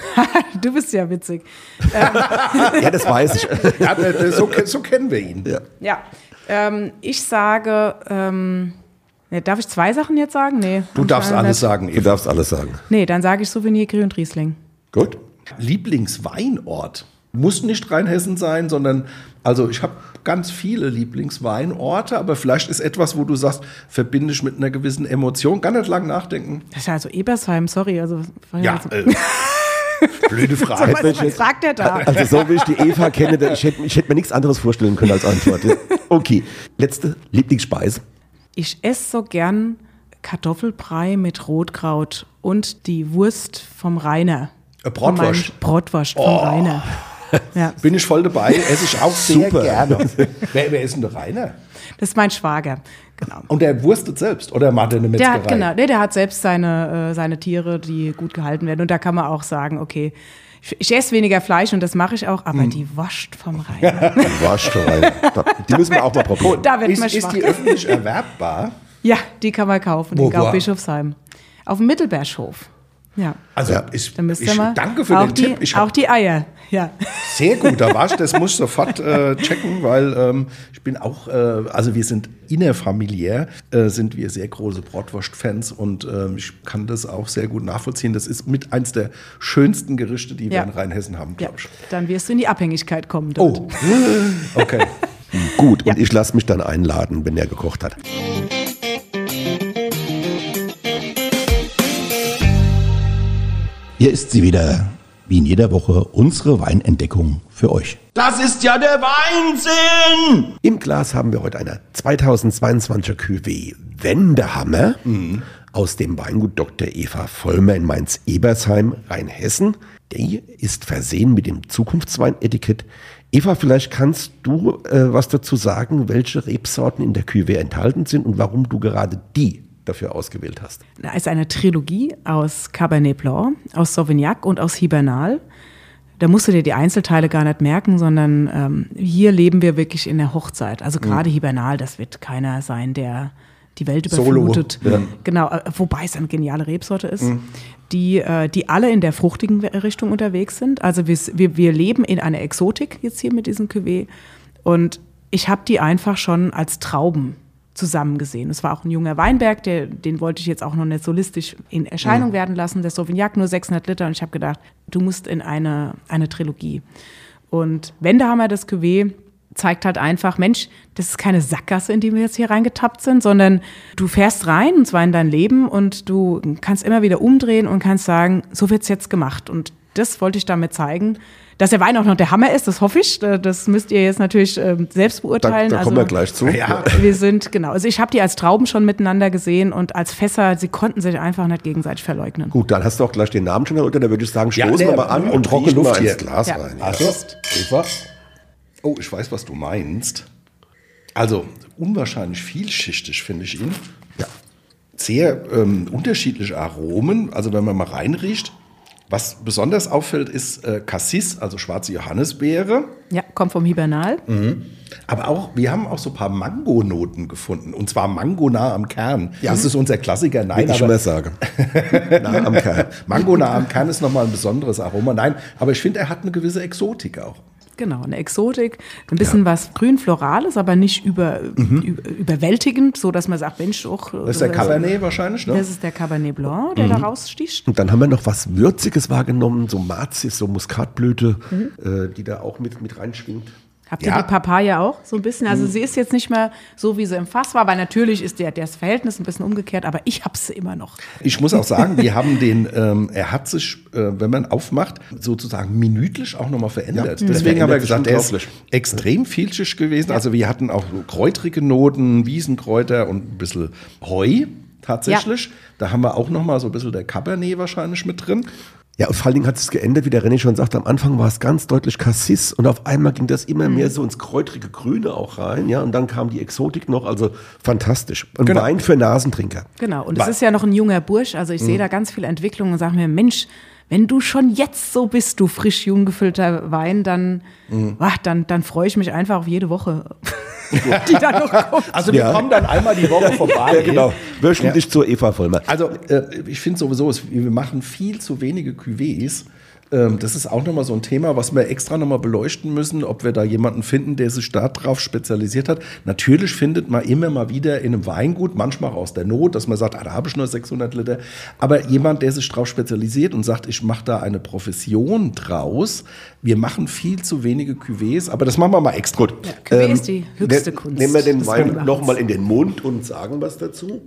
Du bist ja witzig. Ja, das weiß ich. Ja, so, so kennen wir ihn. Ja, ja ähm, ich sage... Ähm, Nee, darf ich zwei Sachen jetzt sagen? Nee. Du darfst alles sagen. Du darfst alles sagen. Nee, dann sage ich Sauvignon Gris und Riesling. Gut. Lieblingsweinort. Muss nicht Rheinhessen sein, sondern, also ich habe ganz viele Lieblingsweinorte, aber vielleicht ist etwas, wo du sagst, verbinde ich mit einer gewissen Emotion. Gar nicht lang nachdenken. Das ist ja also Ebersheim, sorry. Also, ja, äh, blöde Frage. So, was, was fragt der da? Also so wie ich die Eva kenne, ich hätte, ich hätte mir nichts anderes vorstellen können als Antwort. Okay, letzte Lieblingsspeise. Ich esse so gern Kartoffelbrei mit Rotkraut und die Wurst vom Rainer. Bratwurst. Bratwurst vom oh. Rainer. Ja. Bin ich voll dabei, esse ich auch sehr Super. gerne. wer, wer ist denn der Rainer? Das ist mein Schwager, genau. Und der wurstet selbst oder macht er eine Metzgerei? Der hat, genau, der, der hat selbst seine, äh, seine Tiere, die gut gehalten werden. Und da kann man auch sagen, okay, ich esse weniger Fleisch und das mache ich auch, aber hm. die Wurst vom Rainer. Die Wurst vom Rainer. Die müssen wir auch mal probieren. Da wird ist, man ist die öffentlich erwerbbar? Ja, die kann man kaufen Wo in Gaubischofsheim. Auf dem Mittelberghof. Ja. Also ja. ich, ich mal danke für auch den die, Tipp. Ich auch die Eier, ja. Sehr gut, da war ich, das muss ich sofort äh, checken, weil ähm, ich bin auch, äh, also wir sind innerfamiliär, äh, sind wir sehr große Bratwurst-Fans und äh, ich kann das auch sehr gut nachvollziehen. Das ist mit eins der schönsten Gerichte, die wir ja. in Rheinhessen haben, glaube ich. Ja. Dann wirst du in die Abhängigkeit kommen dort. Oh, okay. Gut, ja. und ich lasse mich dann einladen, wenn er gekocht hat. Hier ist sie wieder, wie in jeder Woche unsere Weinentdeckung für euch. Das ist ja der Weinsinn! Im Glas haben wir heute eine zweitausendzweiundzwanziger Cuvée Wendehammer mhm. aus dem Weingut Doktor Eva Vollmer in Mainz-Ebersheim, Rheinhessen. Die ist versehen mit dem Zukunftsweinetikett. Eva, vielleicht kannst du äh, was dazu sagen, welche Rebsorten in der Cuvée enthalten sind und warum du gerade die dafür ausgewählt hast. Da ist eine Trilogie aus Cabernet Blanc, aus Sauvignac und aus Hibernal. Da musst du dir die Einzelteile gar nicht merken, sondern ähm, hier leben wir wirklich in der Hochzeit. Also gerade mhm. Hibernal, das wird keiner sein, der die Welt überflutet. Solo. Ja. Genau, äh, wobei es eine geniale Rebsorte ist, mhm. die, äh, die alle in der fruchtigen Richtung unterwegs sind. Also wir, wir, wir leben in einer Exotik jetzt hier mit diesem Cuvée. Und ich habe die einfach schon als Trauben zusammen gesehen. Es war auch ein junger Weinberg, der, den wollte ich jetzt auch noch nicht solistisch in Erscheinung mhm. werden lassen. Der Sauvignac nur sechshundert Liter und ich habe gedacht, du musst in eine, eine Trilogie. Und Wendehammer, das Cuvée, zeigt halt einfach, Mensch, das ist keine Sackgasse, in die wir jetzt hier reingetappt sind, sondern du fährst rein, und zwar in dein Leben, und du kannst immer wieder umdrehen und kannst sagen, so wird's jetzt gemacht. Und das wollte ich damit zeigen. Dass der Wein auch noch der Hammer ist, das hoffe ich. Das müsst ihr jetzt natürlich ähm, selbst beurteilen. Da, da kommen also, wir gleich zu. Ja. Wir sind, genau. Also ich habe die als Trauben schon miteinander gesehen und als Fässer, sie konnten sich einfach nicht gegenseitig verleugnen. Gut, dann hast du auch gleich den Namen schon erläutert. Da würde ich sagen, stoßen ja, wir mal an und trockene Luft mal hier ins Glas ja. rein. Also, Eva. Oh, ich weiß, was du meinst. Also, unwahrscheinlich vielschichtig finde ich ihn. Ja. Sehr ähm, unterschiedliche Aromen. Also, wenn man mal reinriecht. Was besonders auffällt, ist äh, Cassis, also schwarze Johannisbeere. Ja, kommt vom Hibernal. Mhm. Aber auch, wir haben auch so ein paar Mangonoten gefunden. Und zwar Mango nah am Kern. Ja. Das ist unser Klassiker. Nein, Will ich aber mehr sagen. Nah am Kern. Mango nah am Kern ist nochmal ein besonderes Aroma. Nein, aber ich finde, er hat eine gewisse Exotik auch. Genau, eine Exotik, ein bisschen ja. was grün-florales, aber nicht über, mhm. über, überwältigend, so dass man sagt, Mensch, auch. Das ist der Cabernet so, wahrscheinlich, ne? Das ist der Cabernet Blanc, der mhm. da raussticht. Und dann haben wir noch was Würziges wahrgenommen, so Mazis, so Muskatblüte, mhm. äh, die da auch mit, mit reinschwingt. Habt ihr ja. die Papaya auch so ein bisschen? Also mhm. sie ist jetzt nicht mehr so, wie sie im Fass war, weil natürlich ist der, das Verhältnis ein bisschen umgekehrt, aber ich habe sie immer noch. Ich muss auch sagen, wir haben den, ähm, er hat sich, äh, wenn man aufmacht, sozusagen minütlich auch nochmal verändert. Ja. Deswegen haben wir gesagt, er ist extrem vielschichtig gewesen. Ja. Also wir hatten auch so kräutrige Noten, Wiesenkräuter und ein bisschen Heu tatsächlich. Ja. Da haben wir auch nochmal so ein bisschen der Cabernet wahrscheinlich mit drin. Ja, und vor allen Dingen hat es geändert, wie der René schon sagte, am Anfang war es ganz deutlich Cassis und auf einmal ging das immer mhm. mehr so ins kräutrige Grüne auch rein, ja, und dann kam die Exotik noch, also fantastisch. Ein genau. Wein für Nasentrinker. Genau, und es ist ja noch ein junger Bursch, also ich mhm. sehe da ganz viel Entwicklung und sage mir, Mensch, wenn du schon jetzt so bist, du frisch jung gefüllter Wein, dann, mhm. ach, dann, dann freue ich mich einfach auf jede Woche. Die da noch kommt. Also wir ja. kommen dann einmal die Woche vorbei. Ja, genau. Wöchentlich ja. zur Eva Vollmer. Also äh, ich finde sowieso, wir machen viel zu wenige Cuvées. Ähm, das ist auch nochmal so ein Thema, was wir extra nochmal beleuchten müssen, ob wir da jemanden finden, der sich darauf spezialisiert hat. Natürlich findet man immer mal wieder in einem Weingut, manchmal auch aus der Not, dass man sagt, ah, da habe ich nur sechshundert Liter. Aber jemand, der sich darauf spezialisiert und sagt, ich mache da eine Profession draus. Wir machen viel zu wenige Cuvées, aber das machen wir mal extra. Gut. Ja, Cuvée ähm, ist die höchste ne, Kunst. Nehmen wir den Wein nochmal in den Mund und sagen was dazu.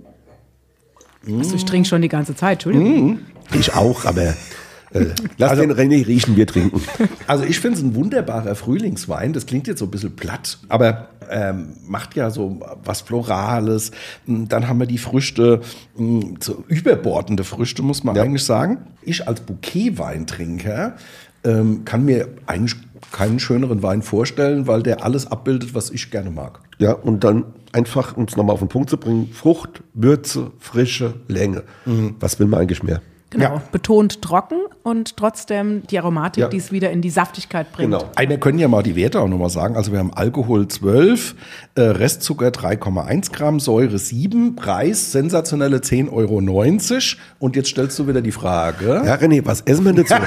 Also ich trinke schon die ganze Zeit, Entschuldigung. Mm. Ich auch, aber... Äh, lass also, den René riechen, wir trinken. Also ich finde es ein wunderbarer Frühlingswein. Das klingt jetzt so ein bisschen platt, aber ähm, macht ja so was Florales. Dann haben wir die Früchte, so überbordende Früchte, muss man ja. eigentlich sagen. Ich als Bouquet-Weintrinker ähm, kann mir eigentlich keinen schöneren Wein vorstellen, weil der alles abbildet, was ich gerne mag. Ja, und dann einfach, um es nochmal auf den Punkt zu bringen, Frucht, Würze, Frische, Länge. Mhm. Was will man eigentlich mehr? Genau, ja. betont trocken und trotzdem die Aromatik, ja. die es wieder in die Saftigkeit bringt. Genau. Wir können ja mal die Werte auch nochmal sagen. Also wir haben Alkohol zwölf, äh, Restzucker drei Komma eins Gramm, Säure sieben, Preis sensationelle zehn Euro neunzig. Und jetzt stellst du wieder die Frage. Ja, René, was essen wir dazu?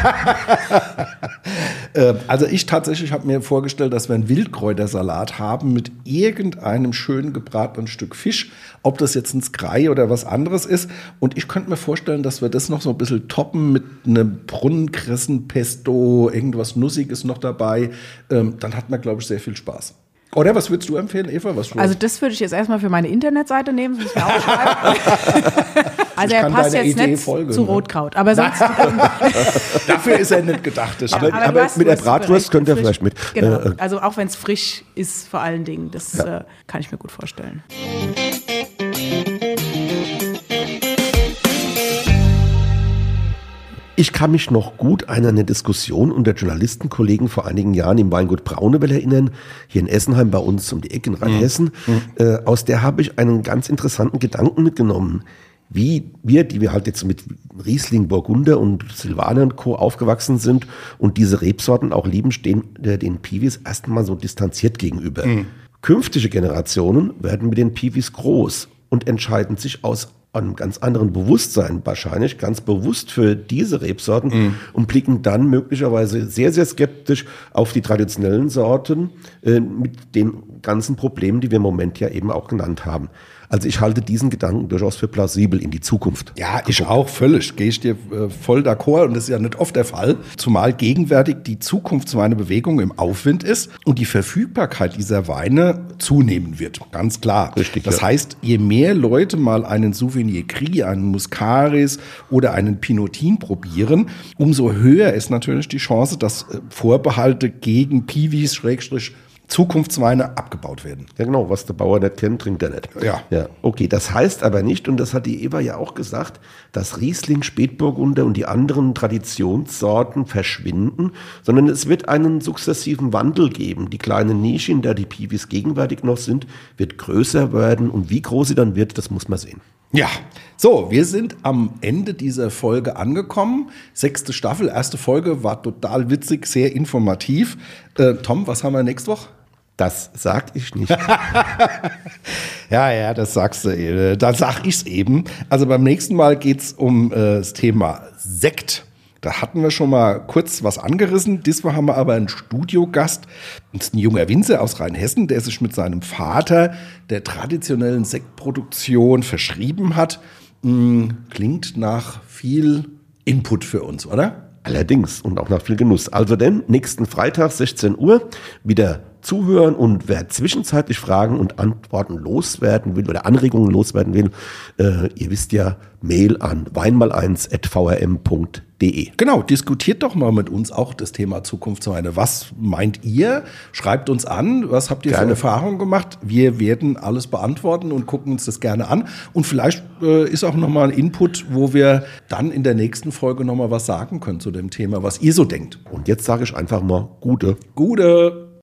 äh, also ich tatsächlich habe mir vorgestellt, dass wir einen Wildkräutersalat haben mit irgendeinem schön gebratenen Stück Fisch. Ob das jetzt ein Skrei oder was anderes ist. Und ich könnte mir vorstellen, dass wir das noch so ein bisschen toppen mit einem Brunnenkressenpesto, irgendwas Nussiges noch dabei. Ähm, dann hat man, glaube ich, sehr viel Spaß. Oder was würdest du empfehlen, Eva? Was also das würde ich jetzt erstmal für meine Internetseite nehmen, das muss ich mir aufschreiben. Also ich er kann passt deiner jetzt Idee nicht folgen. zu ne? Rotkraut, aber sonst... ähm, Dafür ist er nicht gedacht. Das Ja, stimmt. aber aber du hast- mit du der hast Bratwurst recht, könnt ihr frisch- vielleicht mit. Genau, Äh, also auch wenn es frisch ist vor allen Dingen, das Ja. äh, kann ich mir gut vorstellen. Ich kann mich noch gut an eine Diskussion unter Journalistenkollegen vor einigen Jahren im Weingut Braunewell erinnern, hier in Essenheim bei uns um die Ecke in Rheinhessen. Mhm. Äh, aus der habe ich einen ganz interessanten Gedanken mitgenommen. Wie wir, die wir halt jetzt mit Riesling, Burgunder und Silvaner und Co. aufgewachsen sind und diese Rebsorten auch lieben, stehen äh, den Piwis erstmal so distanziert gegenüber. Mhm. Künftige Generationen werden mit den Piwis groß und entscheiden sich aus einem ganz anderen Bewusstsein, wahrscheinlich ganz bewusst für diese Rebsorten mm. und blicken dann möglicherweise sehr, sehr skeptisch auf die traditionellen Sorten äh, mit den ganzen Problemen, die wir im Moment ja eben auch genannt haben. Also ich halte diesen Gedanken durchaus für plausibel in die Zukunft. Ja, ich auch völlig. Gehe ich dir äh, voll d'accord und das ist ja nicht oft der Fall. Zumal gegenwärtig die Zukunftsweinebewegung im Aufwind ist und die Verfügbarkeit dieser Weine zunehmen wird. Ganz klar. Richtig, das ja. heißt, je mehr Leute mal einen Sauvignon Gris, einen Muscaris oder einen Pinotin probieren, umso höher ist natürlich die Chance, dass äh, Vorbehalte gegen Piwis, Schrägstrich, Zukunftsweine abgebaut werden. Ja genau, was der Bauer nicht kennt, trinkt er nicht. Ja. Ja. Okay, das heißt aber nicht, und das hat die Eva ja auch gesagt, dass Riesling, Spätburgunder und die anderen Traditionssorten verschwinden, sondern es wird einen sukzessiven Wandel geben. Die kleine Nische, in der die Piwis gegenwärtig noch sind, wird größer werden und wie groß sie dann wird, das muss man sehen. Ja, so, wir sind am Ende dieser Folge angekommen. Sechste Staffel, erste Folge, war total witzig, sehr informativ. Äh, Tom, was haben wir nächste Woche? Das sag ich nicht. Ja, ja, das sagst du. Äh, da sag ich's eben. Also beim nächsten Mal geht's um äh, das Thema Sekt. Da hatten wir schon mal kurz was angerissen. Diesmal haben wir aber einen Studiogast. Das ist ein junger Winzer aus Rheinhessen, der sich mit seinem Vater der traditionellen Sektproduktion verschrieben hat. Hm, klingt nach viel Input für uns, oder? Allerdings und auch nach viel Genuss. Also denn, nächsten Freitag, sechzehn Uhr, wieder zuhören und wer zwischenzeitlich Fragen und Antworten loswerden will oder Anregungen loswerden will, äh, ihr wisst ja, Mail an weinmal eins at v r m punkt d e. Genau, diskutiert doch mal mit uns auch das Thema Zukunftsweine. Was meint ihr? Schreibt uns an, was habt ihr Gerne. für Erfahrungen gemacht? Wir werden alles beantworten und gucken uns das gerne an. Und vielleicht äh, ist auch nochmal ein Input, wo wir dann in der nächsten Folge nochmal was sagen können zu dem Thema, was ihr so denkt. Und jetzt sage ich einfach mal Gute. Gute!